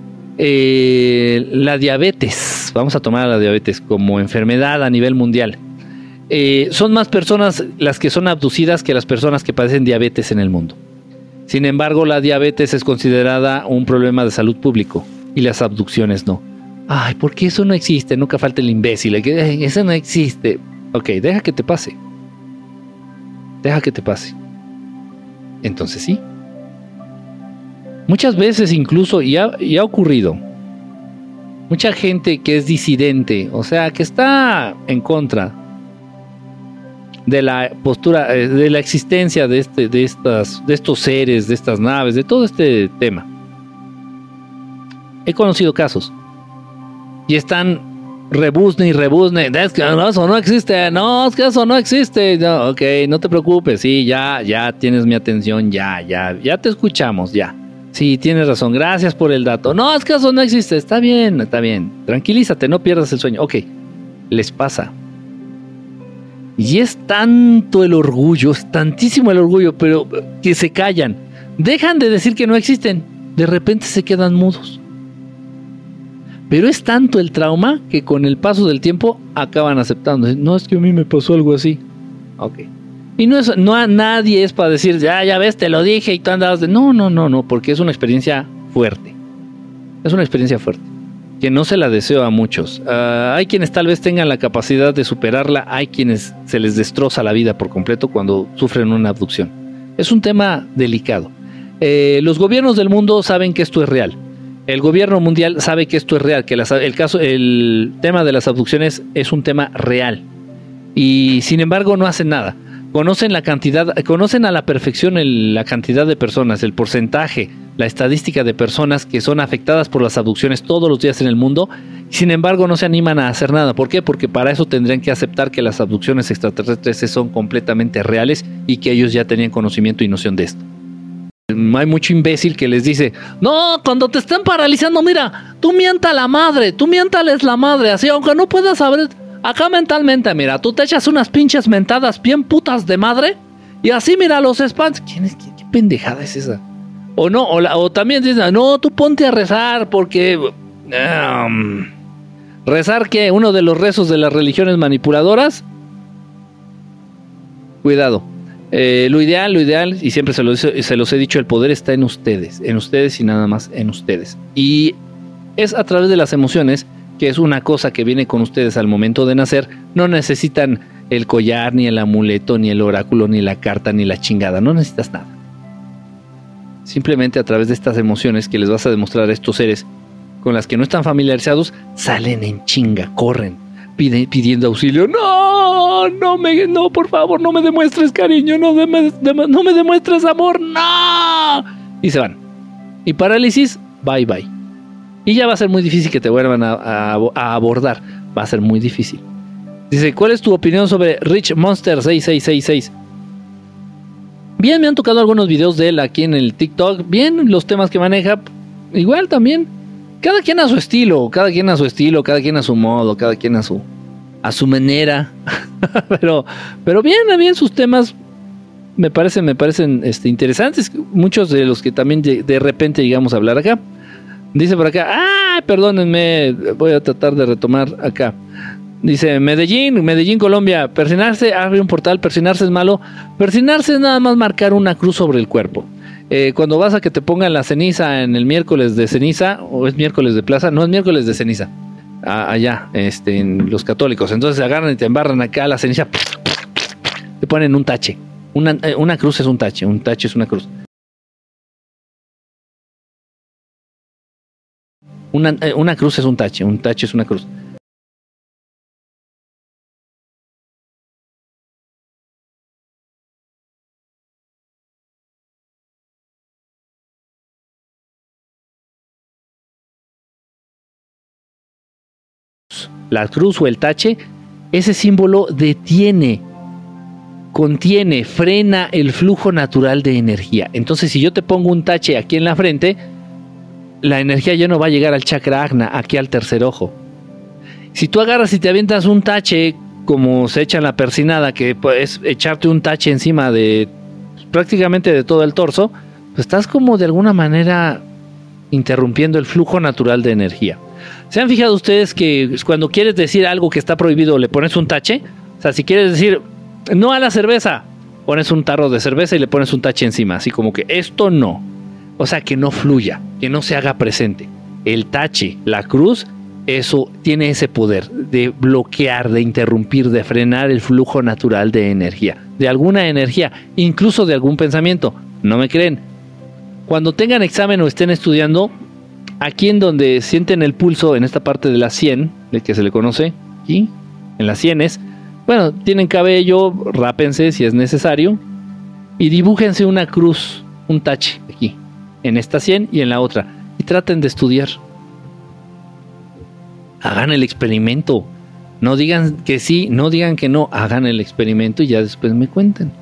Eh, la diabetes, vamos a tomar a la diabetes como enfermedad a nivel mundial. Eh, son más personas las que son abducidas que las personas que padecen diabetes en el mundo. Sin embargo, la diabetes es considerada un problema de salud público y las abducciones no. Ay, ¿por qué eso no existe? Nunca falta el imbécil. Eso no existe. Ok, deja que te pase. Deja que te pase. Entonces sí. Muchas veces incluso, y ha, y ha ocurrido, mucha gente que es disidente, o sea, que está en contra de la postura, eh, de la existencia de, este, de, estas, de estos seres, de estas naves, de todo este tema. He conocido casos y están rebuzne y rebuzne, es que no, eso no existe, no, es que eso no existe, no, ok, no te preocupes, sí, ya, ya tienes mi atención, ya, ya, ya te escuchamos, ya, sí, tienes razón, gracias por el dato, no, es que eso no existe, está bien, está bien, tranquilízate, no pierdas el sueño, ok, les pasa. Y es tanto el orgullo, es tantísimo el orgullo, pero que se callan, dejan de decir que no existen, de repente se quedan mudos. Pero es tanto el trauma que con el paso del tiempo acaban aceptando. No, es que a mí me pasó algo así. Ok. Y no es, no a nadie es para decir, ya, ya ves, te lo dije y tú andabas de... No, no, no, no, porque es una experiencia fuerte. Es una experiencia fuerte. Que no se la deseo a muchos. Uh, hay quienes tal vez tengan la capacidad de superarla. Hay quienes se les destroza la vida por completo cuando sufren una abducción. Es un tema delicado. Eh, los gobiernos del mundo saben que esto es real. El gobierno mundial sabe que esto es real, que las, el caso, el tema de las abducciones es un tema real. Y sin embargo no hacen nada. Conocen la cantidad, conocen a la perfección el, la cantidad de personas, el porcentaje, la estadística de personas que son afectadas por las abducciones todos los días en el mundo. Sin embargo no se animan a hacer nada. ¿Por qué? Porque para eso tendrían que aceptar que las abducciones extraterrestres son completamente reales y que ellos ya tenían conocimiento y noción de esto. Hay mucho imbécil que les dice, no, cuando te estén paralizando, mira, tú mienta la madre, tú miéntales la madre, así, aunque no puedas saber, acá mentalmente, mira, tú te echas unas pinches mentadas bien putas de madre, y así, mira, los espantos. ¿Quién es? ¿Qué, qué pendejada es esa? O no, o, la, o también dicen, no, tú ponte a rezar, porque... Um, ¿rezar qué? ¿Uno de los rezos de las religiones manipuladoras? Cuidado. Eh, lo ideal, lo ideal, y siempre se los, se los he dicho, el poder está en ustedes, en ustedes y nada más en ustedes. Y es a través de las emociones, que es una cosa que viene con ustedes al momento de nacer. No necesitan el collar, ni el amuleto, ni el oráculo, ni la carta, ni la chingada. No necesitas nada. Simplemente a través de estas emociones que les vas a demostrar a estos seres con las que no están familiarizados, salen en chinga, corren, pide, pidiendo auxilio. No, no me, no, por favor, no me demuestres cariño, no, de, de, no me demuestres amor, no. Y se van. Y parálisis, bye bye. Y ya va a ser muy difícil que te vuelvan a, a, a abordar. Va a ser muy difícil. Dice, ¿cuál es tu opinión sobre Rich Monster seis seis seis seis? Bien, me han tocado algunos videos de él aquí en el TikTok. Bien, los temas que maneja. Igual también. Cada quien a su estilo, cada quien a su estilo, cada quien a su modo, cada quien a su a su manera. pero, pero bien, bien sus temas me parecen, me parecen este, interesantes. Muchos de los que también de, de repente llegamos a hablar acá. Dice por acá, ah, perdónenme, voy a tratar de retomar acá. Dice, Medellín, Medellín, Colombia, persinarse, abre un portal, persinarse es malo. Persinarse es nada más marcar una cruz sobre el cuerpo. Eh, cuando vas a que te pongan la ceniza en el miércoles de ceniza, o es miércoles de plaza, no es miércoles de ceniza, a, allá, este, en los católicos. Entonces se agarran y te embarran acá la ceniza, te ponen un tache. Una, eh, una cruz es un tache, un tache es una cruz. Una, eh, una cruz es un tache, un tache es una cruz. La cruz o el tache, ese símbolo detiene, contiene, frena el flujo natural de energía. Entonces, si yo te pongo un tache aquí en la frente, la energía ya no va a llegar al chakra ajna, aquí al tercer ojo. Si tú agarras y te avientas un tache, como se echa en la persinada, que es echarte un tache encima de prácticamente de todo el torso, pues estás como de alguna manera interrumpiendo el flujo natural de energía. ¿Se han fijado ustedes que cuando quieres decir algo que está prohibido le pones un tache? O sea, si quieres decir no a la cerveza, pones un tarro de cerveza y le pones un tache encima, así como que esto no. O sea, que no fluya, que no se haga presente. El tache, la cruz, eso tiene ese poder de bloquear, de interrumpir, de frenar el flujo natural de energía, de alguna energía, incluso de algún pensamiento. ¿No me creen? Cuando tengan examen o estén estudiando, aquí en donde sienten el pulso, en esta parte de la sien, de que se le conoce, aquí, en las sienes, Bueno, tienen cabello, rápense si es necesario y dibújense una cruz, un tache aquí, en esta sien y en la otra, y traten de estudiar. Hagan el experimento. No digan que sí, no digan que no, hagan el experimento y ya después me cuenten.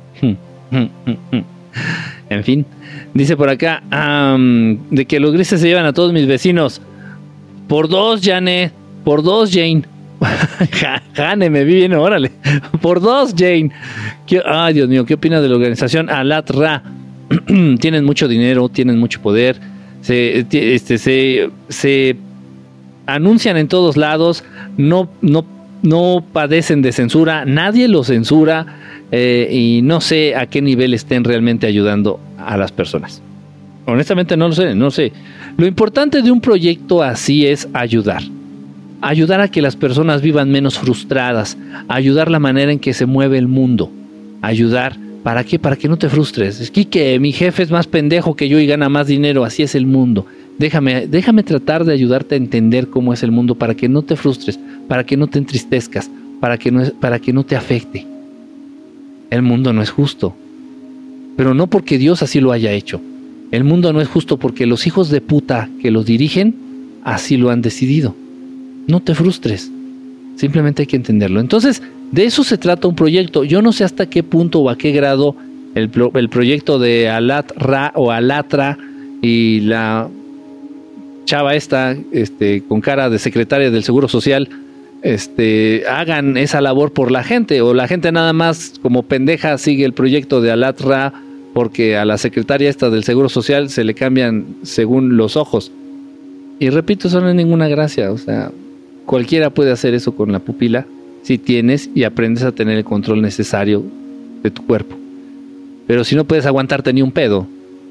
En fin, dice por acá, um, de que los grises se llevan a todos mis vecinos. Por dos, Janet, por dos, Jane. Jane, me vi bien, órale. Por dos, Jane. ¿Qué, ay, Dios mío, ¿qué opinas de la organización Alatra? Tienen mucho dinero, tienen mucho poder, se, este, se, se anuncian en todos lados, no, no, no padecen de censura, nadie los censura, eh, y no sé a qué nivel estén realmente ayudando a las personas. Honestamente no lo sé, no sé. Lo importante de un proyecto así es ayudar. Ayudar a que las personas vivan menos frustradas, ayudar la manera en que se mueve el mundo, ayudar, ¿para qué? Para que no te frustres. Es que, que mi jefe es más pendejo que yo y gana más dinero, así es el mundo. Déjame, déjame tratar de ayudarte a entender cómo es el mundo para que no te frustres, para que no te entristezcas, para que no, para que no te afecte. El mundo no es justo, pero no porque Dios así lo haya hecho. El mundo no es justo porque los hijos de puta que lo dirigen así lo han decidido. No te frustres, simplemente hay que entenderlo. Entonces, de eso se trata un proyecto. Yo no sé hasta qué punto o a qué grado el, el proyecto de Alatra o Alatra y la chava esta, este, con cara de secretaria del Seguro Social, este, hagan esa labor por la gente, o la gente nada más como pendeja sigue el proyecto de Alatra porque a la secretaria esta del Seguro Social se le cambian según los ojos. Y repito, eso no es ninguna gracia, o sea, cualquiera puede hacer eso con la pupila si tienes y aprendes a tener el control necesario de tu cuerpo. Pero si no puedes aguantarte ni un pedo,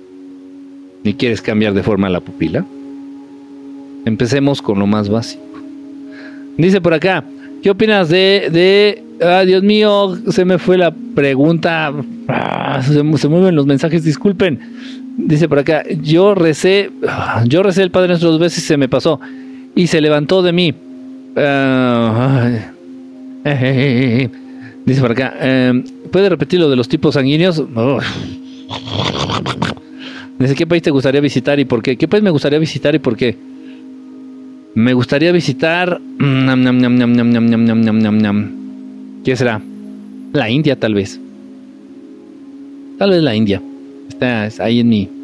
ni quieres cambiar de forma la pupila, empecemos con lo más básico. Dice por acá, ¿qué opinas de... de ah, Dios mío, se me fue la pregunta. Ah, se, se mueven los mensajes, disculpen. Dice por acá, yo recé, yo recé el Padre Nuestro dos veces y se me pasó. Y se levantó de mí. Uh, dice por acá, eh, ¿puede repetir lo de los tipos sanguíneos? Oh. Dice, ¿qué país te gustaría visitar y por qué? ¿Qué país me gustaría visitar y por qué? Me gustaría visitar... Nam, nam, nam, nam, nam, nam, nam, nam, nam, nam. ¿Qué será? La India, tal vez. Tal vez la India. Está ahí en mi...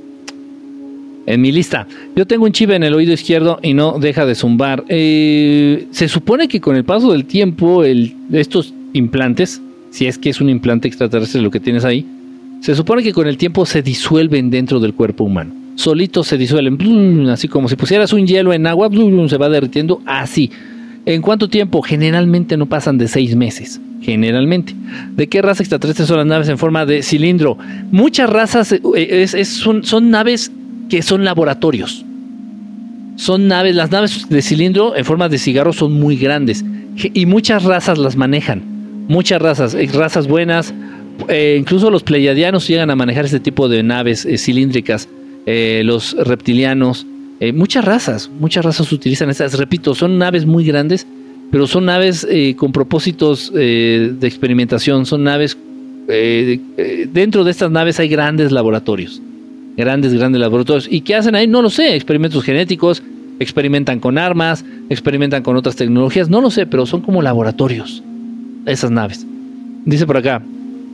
En mi lista. Yo tengo un chip en el oído izquierdo y no deja de zumbar. Eh, se supone que con el paso del tiempo, el, estos implantes, si es que es un implante extraterrestre lo que tienes ahí, se supone que con el tiempo se disuelven dentro del cuerpo humano. Solitos se disuelven, blum, así como si pusieras un hielo en agua, blum, se va derritiendo, así. ¿En cuánto tiempo? Generalmente no pasan de seis meses. Generalmente. ¿De qué raza extraterrestre son las naves en forma de cilindro? Muchas razas eh, es, es, son, son naves que son laboratorios. Son naves, las naves de cilindro en forma de cigarro son muy grandes y muchas razas las manejan. Muchas razas, eh, razas buenas, eh, incluso los pleiadianos llegan a manejar este tipo de naves eh, cilíndricas. Eh, los reptilianos, eh, muchas razas, muchas razas utilizan estas, repito, son naves muy grandes, pero son naves eh, con propósitos eh, de experimentación, son naves, eh, eh, dentro de estas naves hay grandes laboratorios, grandes, grandes laboratorios, ¿y qué hacen ahí? No lo sé, experimentos genéticos, experimentan con armas, experimentan con otras tecnologías, no lo sé, pero son como laboratorios, esas naves. Dice por acá,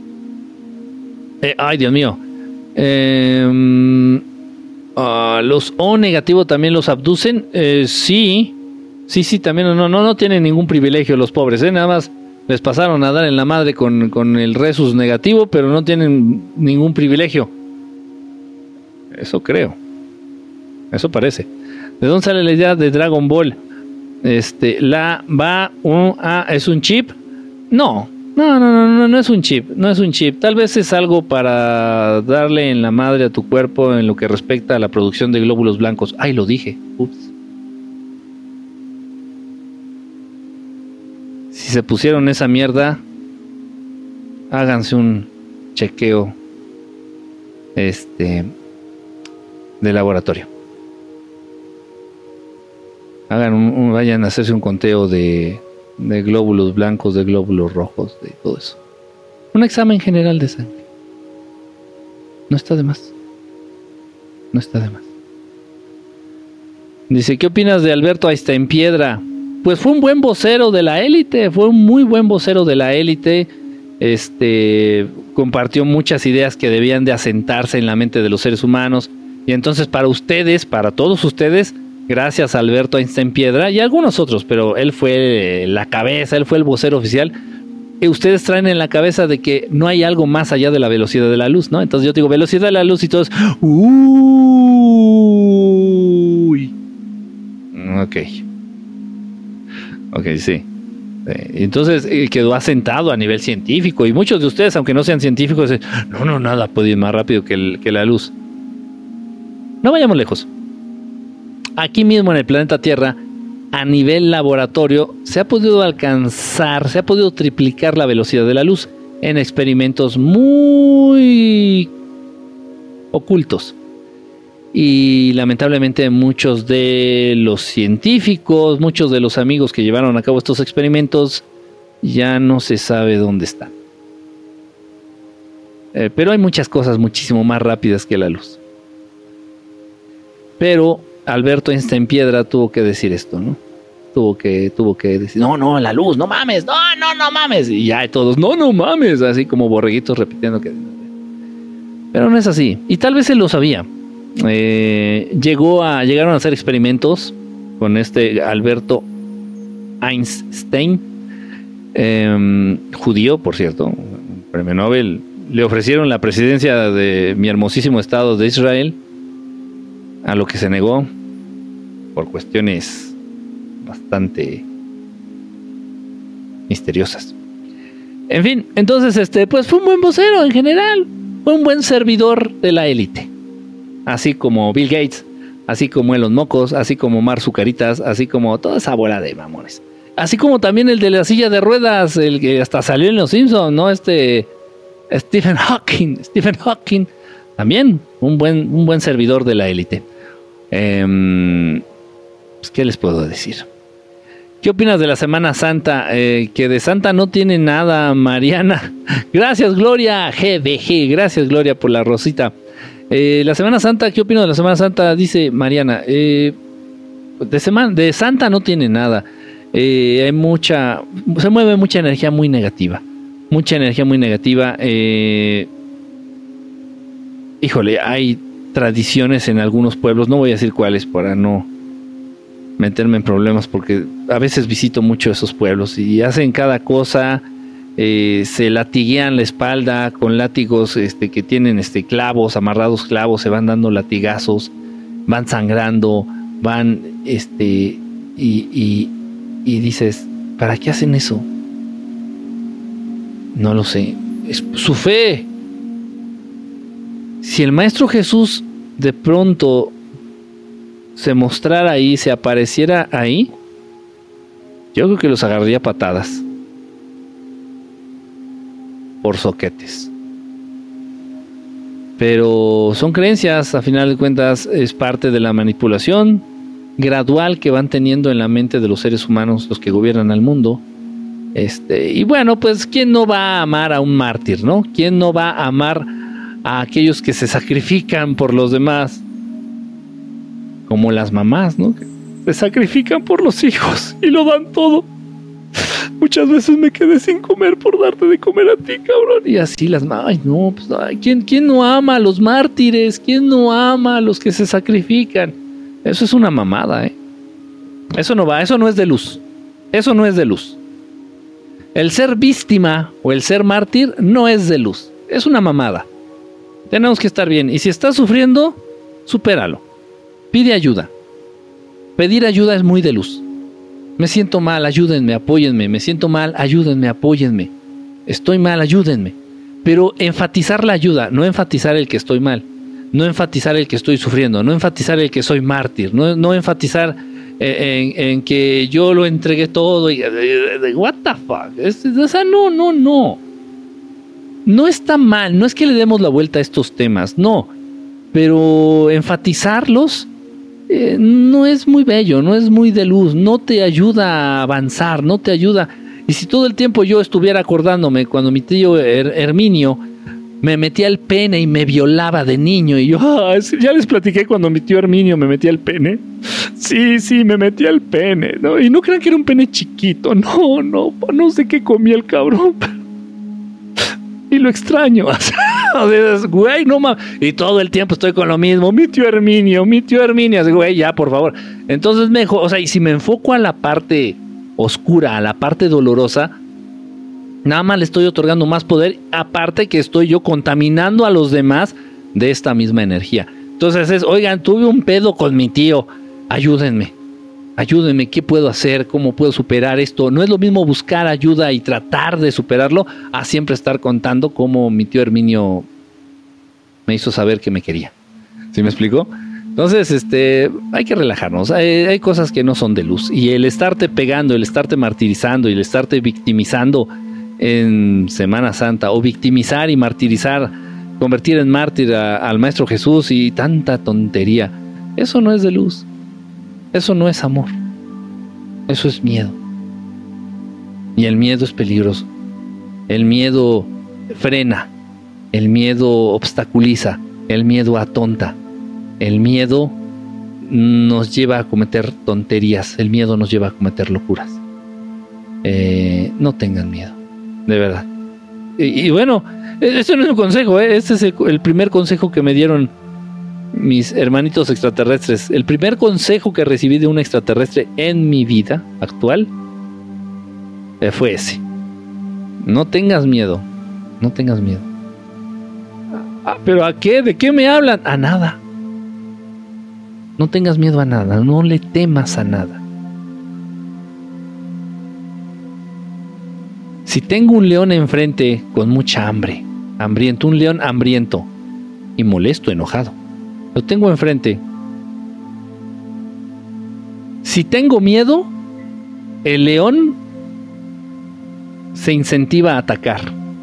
eh, ay Dios mío, eh, Uh, los O negativo también los abducen. Eh, sí, sí, sí, también no, no, no tienen ningún privilegio los pobres, ¿eh? Nada más les pasaron a dar en la madre con, con el Resus negativo, pero no tienen ningún privilegio. Eso creo. Eso parece. ¿De dónde sale la idea de Dragon Ball? Este, la va un a es un chip. No. No, no, no, no, no es un chip, no es un chip. Tal vez es algo para darle en la madre a tu cuerpo en lo que respecta a la producción de glóbulos blancos. Ay, lo dije. Ups. Si se pusieron esa mierda, háganse un chequeo este de laboratorio. Hagan un, un, vayan a hacerse un conteo de de glóbulos blancos, de glóbulos rojos, de todo eso. Un examen general de sangre. No está de más. No está de más. Dice, ¿qué opinas de Alberto Einsteinpiedra? Pues fue un buen vocero de la élite, fue un muy buen vocero de la élite. Este, compartió muchas ideas que debían de asentarse en la mente de los seres humanos. Y entonces para ustedes, para todos ustedes, gracias a Alberto Einsteinpiedra y algunos otros, pero él fue la cabeza, él fue el vocero oficial. Y ustedes traen en la cabeza de que no hay algo más allá de la velocidad de la luz, ¿no? Entonces yo digo velocidad de la luz y todos, uy. Ok. Ok, sí. Entonces eh, quedó asentado a nivel científico y muchos de ustedes, aunque no sean científicos, dicen, no, no, nada puede ir más rápido que, el, que la luz. No vayamos lejos. Aquí mismo en el planeta Tierra, a nivel laboratorio, se ha podido alcanzar, se ha podido triplicar la velocidad de la luz en experimentos muy ocultos. Y lamentablemente muchos de los científicos, muchos de los amigos que llevaron a cabo estos experimentos, ya no se sabe dónde están. Eh, pero hay muchas cosas muchísimo más rápidas que la luz. Pero Alberto Einsteinpiedra tuvo que decir esto, ¿no? Tuvo que, tuvo que decir, no, no, la luz, no mames, no, no, no mames. Y ya todos, no, no mames, así como borreguitos repitiendo que... Pero no es así. Y tal vez él lo sabía. Eh, llegó a, llegaron a hacer experimentos con este Alberto Einstein, eh, judío, por cierto, premio Nobel. Le ofrecieron la presidencia de mi hermosísimo estado de Israel, a lo que se negó por cuestiones bastante misteriosas. En fin, entonces este, pues fue un buen vocero en general, fue un buen servidor de la élite. Así como Bill Gates, así como Elon Mocos, así como Mark Zucaritas, así como toda esa bola de mamones. Así como también el de la silla de ruedas, el que hasta salió en Los Simpsons, ¿no? Este Stephen Hawking, Stephen Hawking, también un buen, un buen servidor de la élite. Eh, pues, ¿qué les puedo decir? ¿Qué opinas de la Semana Santa? Eh, que de Santa no tiene nada, Mariana. Gracias, Gloria G B G. Gracias, Gloria, por la rosita. Eh, la Semana Santa, ¿qué opino de la Semana Santa? Dice Mariana, eh, de, semana, de Santa no tiene nada. Eh, hay mucha, se mueve mucha energía muy negativa. Mucha energía muy negativa. Eh, híjole, hay tradiciones en algunos pueblos, no voy a decir cuáles para no meterme en problemas, porque a veces visito mucho esos pueblos y hacen cada cosa. Eh, se latiguean la espalda con látigos este, que tienen este, clavos, amarrados clavos, se van dando latigazos, van sangrando, van, este, y, y, y dices, ¿para qué hacen eso? No lo sé, es su fe. Si el Maestro Jesús de pronto se mostrara ahí, se apareciera ahí, yo creo que los agarraría patadas. Por soquetes. Pero son creencias, a final de cuentas es parte de la manipulación gradual que van teniendo en la mente de los seres humanos, los que gobiernan al mundo. Este, y bueno, pues ¿quién no va a amar a un mártir, no? ¿Quién no va a amar a aquellos que se sacrifican por los demás? Como las mamás, ¿no? Que se sacrifican por los hijos y lo dan todo. Muchas veces me quedé sin comer por darte de comer a ti, cabrón. Y así las mamás, ay no, pues ay, ¿quién, ¿quién no ama a los mártires? ¿Quién no ama a los que se sacrifican? Eso es una mamada, ¿eh? Eso no va, eso no es de luz. Eso no es de luz. El ser víctima o el ser mártir no es de luz. Es una mamada. Tenemos que estar bien. Y si estás sufriendo, supéralo. Pide ayuda. Pedir ayuda es muy de luz. Me siento mal, ayúdenme, apóyenme. Me siento mal, ayúdenme, apóyenme. Estoy mal, ayúdenme. Pero enfatizar la ayuda, no enfatizar el que estoy mal. No enfatizar el que estoy sufriendo. No enfatizar el que soy mártir. No, no enfatizar en, en que yo lo entregué todo. Y, what the fuck. Es, o sea, no, no, no. No está mal. No es que le demos la vuelta a estos temas. No. Pero enfatizarlos eh, no es muy bello, no es muy de luz, no te ayuda a avanzar, no te ayuda. Y si todo el tiempo yo estuviera acordándome cuando mi tío Her- Herminio me metía el pene y me violaba de niño, y yo, ah, ya les platiqué cuando mi tío Herminio me metía el pene. Sí, sí, me metía el pene, ¿no? Y no crean que era un pene chiquito, no, no, no sé qué comía el cabrón. Y lo extraño. O sea, güey, no mames. Y todo el tiempo estoy con lo mismo. Mi tío Herminio, mi tío Herminio. Güey, ya, por favor. Entonces, mejor, o sea, y si me enfoco a la parte oscura, a la parte dolorosa, nada más le estoy otorgando más poder, aparte que estoy yo contaminando a los demás de esta misma energía. Entonces es, oigan, tuve un pedo con mi tío, ayúdenme, ayúdenme, ¿qué puedo hacer? ¿Cómo puedo superar esto? No es lo mismo buscar ayuda y tratar de superarlo a siempre estar contando cómo mi tío Herminio me hizo saber que me quería. ¿Sí me explico? Entonces, este, hay que relajarnos. Hay, hay cosas que no son de luz. Y el estarte pegando, el estarte martirizando y el estarte victimizando en Semana Santa, o victimizar y martirizar, convertir en mártir a, al Maestro Jesús y tanta tontería, eso no es de luz. Eso no es amor. Eso es miedo. Y el miedo es peligroso. El miedo frena. El miedo obstaculiza. El miedo atonta. El miedo nos lleva a cometer tonterías. El miedo nos lleva a cometer locuras. Eh, no tengan miedo. De verdad. Y, y bueno, este no es un consejo, ¿eh? Este es el, el primer consejo que me dieron mis hermanitos extraterrestres. El primer consejo que recibí de un extraterrestre en mi vida actual eh, fue ese. No tengas miedo. No tengas miedo. Ah, ¿pero a qué? ¿De qué me hablan? A nada. No tengas miedo a nada. No le temas a nada. Si tengo un león enfrente con mucha hambre, hambriento, un león hambriento y molesto, enojado, lo tengo enfrente. Si tengo miedo, el león se incentiva a atacar.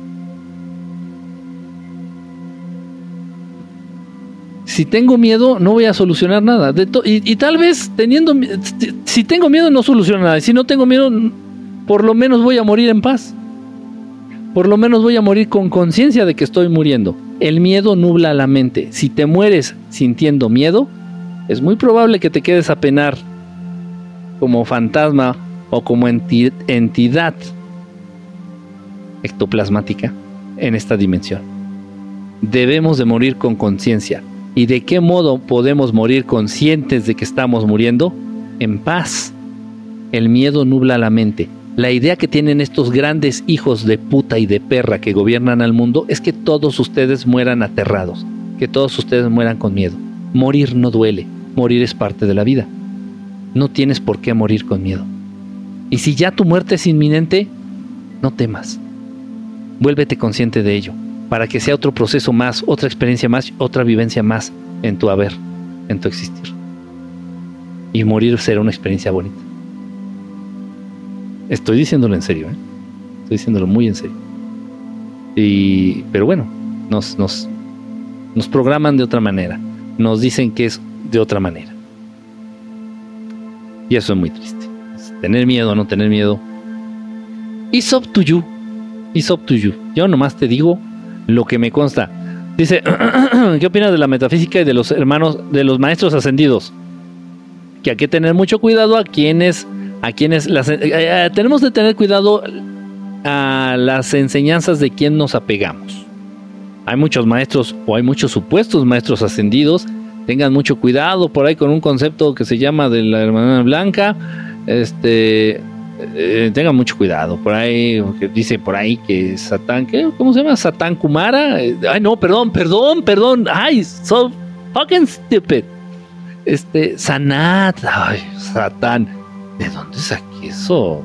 Si tengo miedo, no voy a solucionar nada. De to- y, y tal vez teniendo, si tengo miedo, no soluciono nada. Y si no tengo miedo, por lo menos voy a morir en paz. Por lo menos voy a morir con conciencia de que estoy muriendo. El miedo nubla la mente. Si te mueres sintiendo miedo, es muy probable que te quedes a penar como fantasma o como enti- entidad ectoplasmática en esta dimensión. Debemos de morir con conciencia. ¿Y de qué modo podemos morir conscientes de que estamos muriendo? En paz. El miedo nubla la mente. La idea que tienen estos grandes hijos de puta y de perra que gobiernan al mundo es que todos ustedes mueran aterrados, que todos ustedes mueran con miedo. Morir no duele, morir es parte de la vida. No tienes por qué morir con miedo. Y si ya tu muerte es inminente, no temas. Vuélvete consciente de ello, para que sea otro proceso más, otra experiencia más, otra vivencia más en tu haber, en tu existir. Y morir será una experiencia bonita. Estoy diciéndolo en serio, ¿eh? Estoy diciéndolo muy en serio. Y, pero bueno, nos, nos, nos programan de otra manera. Nos dicen que es de otra manera. Y eso es muy triste. Tener miedo o no tener miedo. It's up to you. It's up to you. Yo nomás te digo lo que me consta. Dice, ¿qué opinas de la metafísica y de los hermanos, de los maestros ascendidos? Que hay que tener mucho cuidado a quienes... a quienes las, eh, eh, tenemos de tener cuidado a las enseñanzas de quien nos apegamos. Hay muchos maestros o hay muchos supuestos maestros ascendidos. Tengan mucho cuidado por ahí con un concepto que se llama de la hermana blanca. Este, eh, tengan mucho cuidado por ahí, que dice por ahí que Satán, ¿qué? ¿Cómo se llama? Satán Kumara. Eh, ay no, perdón, perdón, perdón. Ay, so fucking stupid. Este, Sanat, ay, Satán. ¿De dónde saqué eso?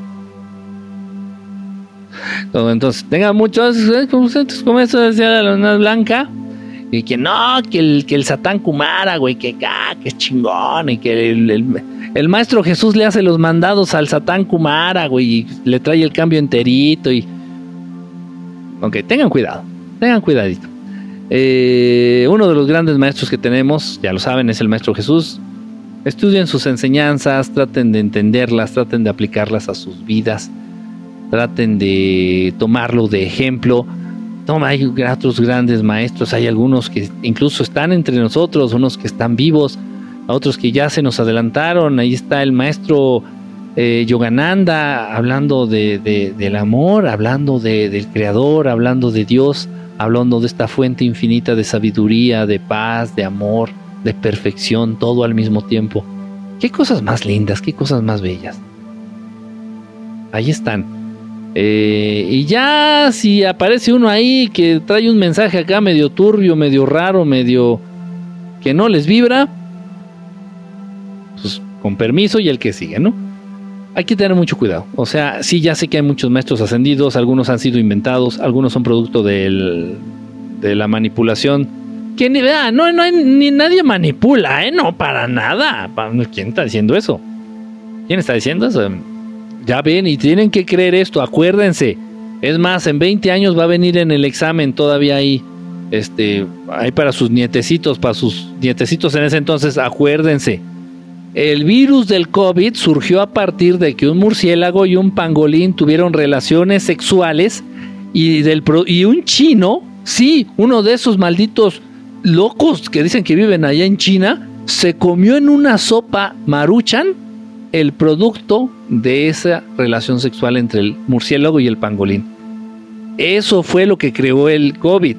Entonces, tengan muchos conceptos como eso decía la luna blanca. Y que no, que el, que el Satán Kumara, güey, que, ah, que es chingón. Y que el, el, el Maestro Jesús le hace los mandados al Satán Kumara, güey, y le trae el cambio enterito. Y... ok, tengan cuidado, tengan cuidadito. Eh, uno de los grandes maestros que tenemos, ya lo saben, es el Maestro Jesús. Estudien sus enseñanzas, traten de entenderlas, traten de aplicarlas a sus vidas, traten de tomarlo de ejemplo. No, hay otros grandes maestros, hay algunos que incluso están entre nosotros, unos que están vivos, otros que ya se nos adelantaron. Ahí está el maestro eh, Yogananda hablando de, de, del amor, hablando de, del Creador, hablando de Dios, hablando de esta fuente infinita de sabiduría, de paz, de amor, de perfección, todo al mismo tiempo. Qué cosas más lindas, qué cosas más bellas. Ahí están. Eh, y ya si aparece uno ahí que trae un mensaje acá medio turbio, medio raro, medio que no les vibra, pues con permiso y el que sigue, ¿no? Hay que tener mucho cuidado. O sea, sí, ya sé que hay muchos maestros ascendidos, algunos han sido inventados, algunos son producto del, de la manipulación. Que ni vea, no, no hay, ni nadie manipula, ¿eh? No, para nada. ¿Quién está diciendo eso? ¿Quién está diciendo eso? Ya ven, y tienen que creer esto, acuérdense. Es más, en veinte años va a venir en el examen todavía ahí, este, ahí para sus nietecitos, para sus nietecitos en ese entonces, acuérdense. El virus del COVID surgió a partir de que un murciélago y un pangolín tuvieron relaciones sexuales y, del, y un chino, sí, uno de esos malditos locos que dicen que viven allá en China, se comió en una sopa Maruchan el producto de esa relación sexual entre el murciélago y el pangolín. Eso fue lo que creó el COVID.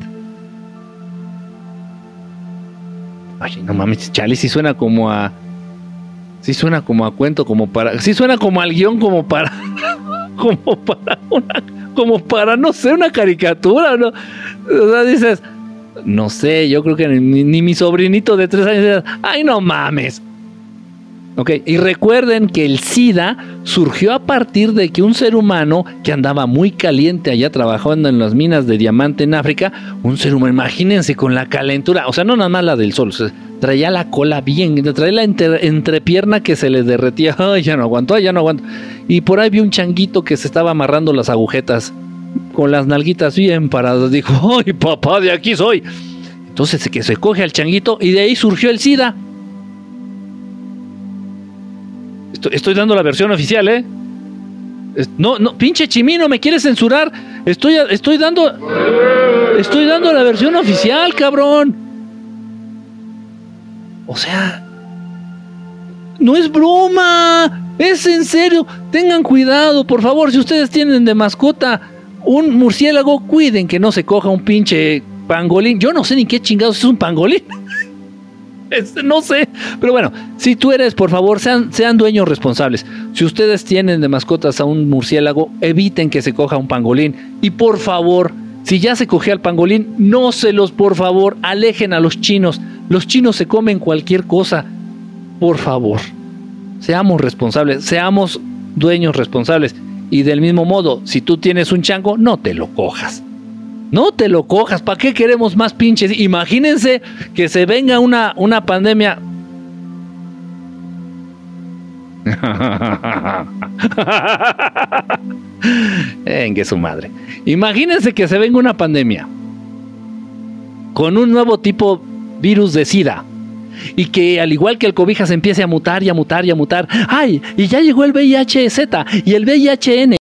Ay, no mames, chale, sí suena como a... Sí suena como a cuento, como para... Sí suena como al guión, como para... Como para una... Como para, no sé, una caricatura, ¿no? O sea, dices... No sé, yo creo que ni, ni mi sobrinito de tres años dice, ¡ay, no mames! Ok, y recuerden que el SIDA surgió a partir de que un ser humano que andaba muy caliente allá trabajando en las minas de diamante en África, un ser humano, imagínense con la calentura, o sea, no nada más la del sol, o sea, traía la cola bien, traía la entre, entrepierna que se le derretía, ay, ya no aguanto, ay, ya no aguanto, y por ahí vi un changuito que se estaba amarrando las agujetas, con las nalguitas bien paradas, dijo, ay, papá, de aquí soy. Entonces que se coge al changuito y de ahí surgió el SIDA. Estoy dando la versión oficial, ¿eh? No, no, pinche Chimino, ¿me quieres censurar? Estoy, estoy dando... Estoy dando la versión oficial, cabrón. O sea... No es broma. Es en serio. Tengan cuidado, por favor. Si ustedes tienen de mascota un murciélago, cuiden que no se coja un pinche pangolín. Yo no sé ni qué chingados es un pangolín. No sé, pero bueno, si tú eres, por favor, sean, sean dueños responsables. Si ustedes tienen de mascotas a un murciélago, eviten que se coja un pangolín. Y por favor, si ya se cogió al pangolín, no se los, por favor, alejen a los chinos. Los chinos se comen cualquier cosa. Por favor, seamos responsables, seamos dueños responsables. Y del mismo modo, si tú tienes un chango, no te lo cojas. No te lo cojas, ¿para qué queremos más pinches? Imagínense que se venga una, una pandemia. Venga su madre. Imagínense que se venga una pandemia con un nuevo tipo virus de SIDA y que al igual que el cobija se empiece a mutar y a mutar y a mutar. ¡Ay! Y ya llegó el V I H Z y el V I H N.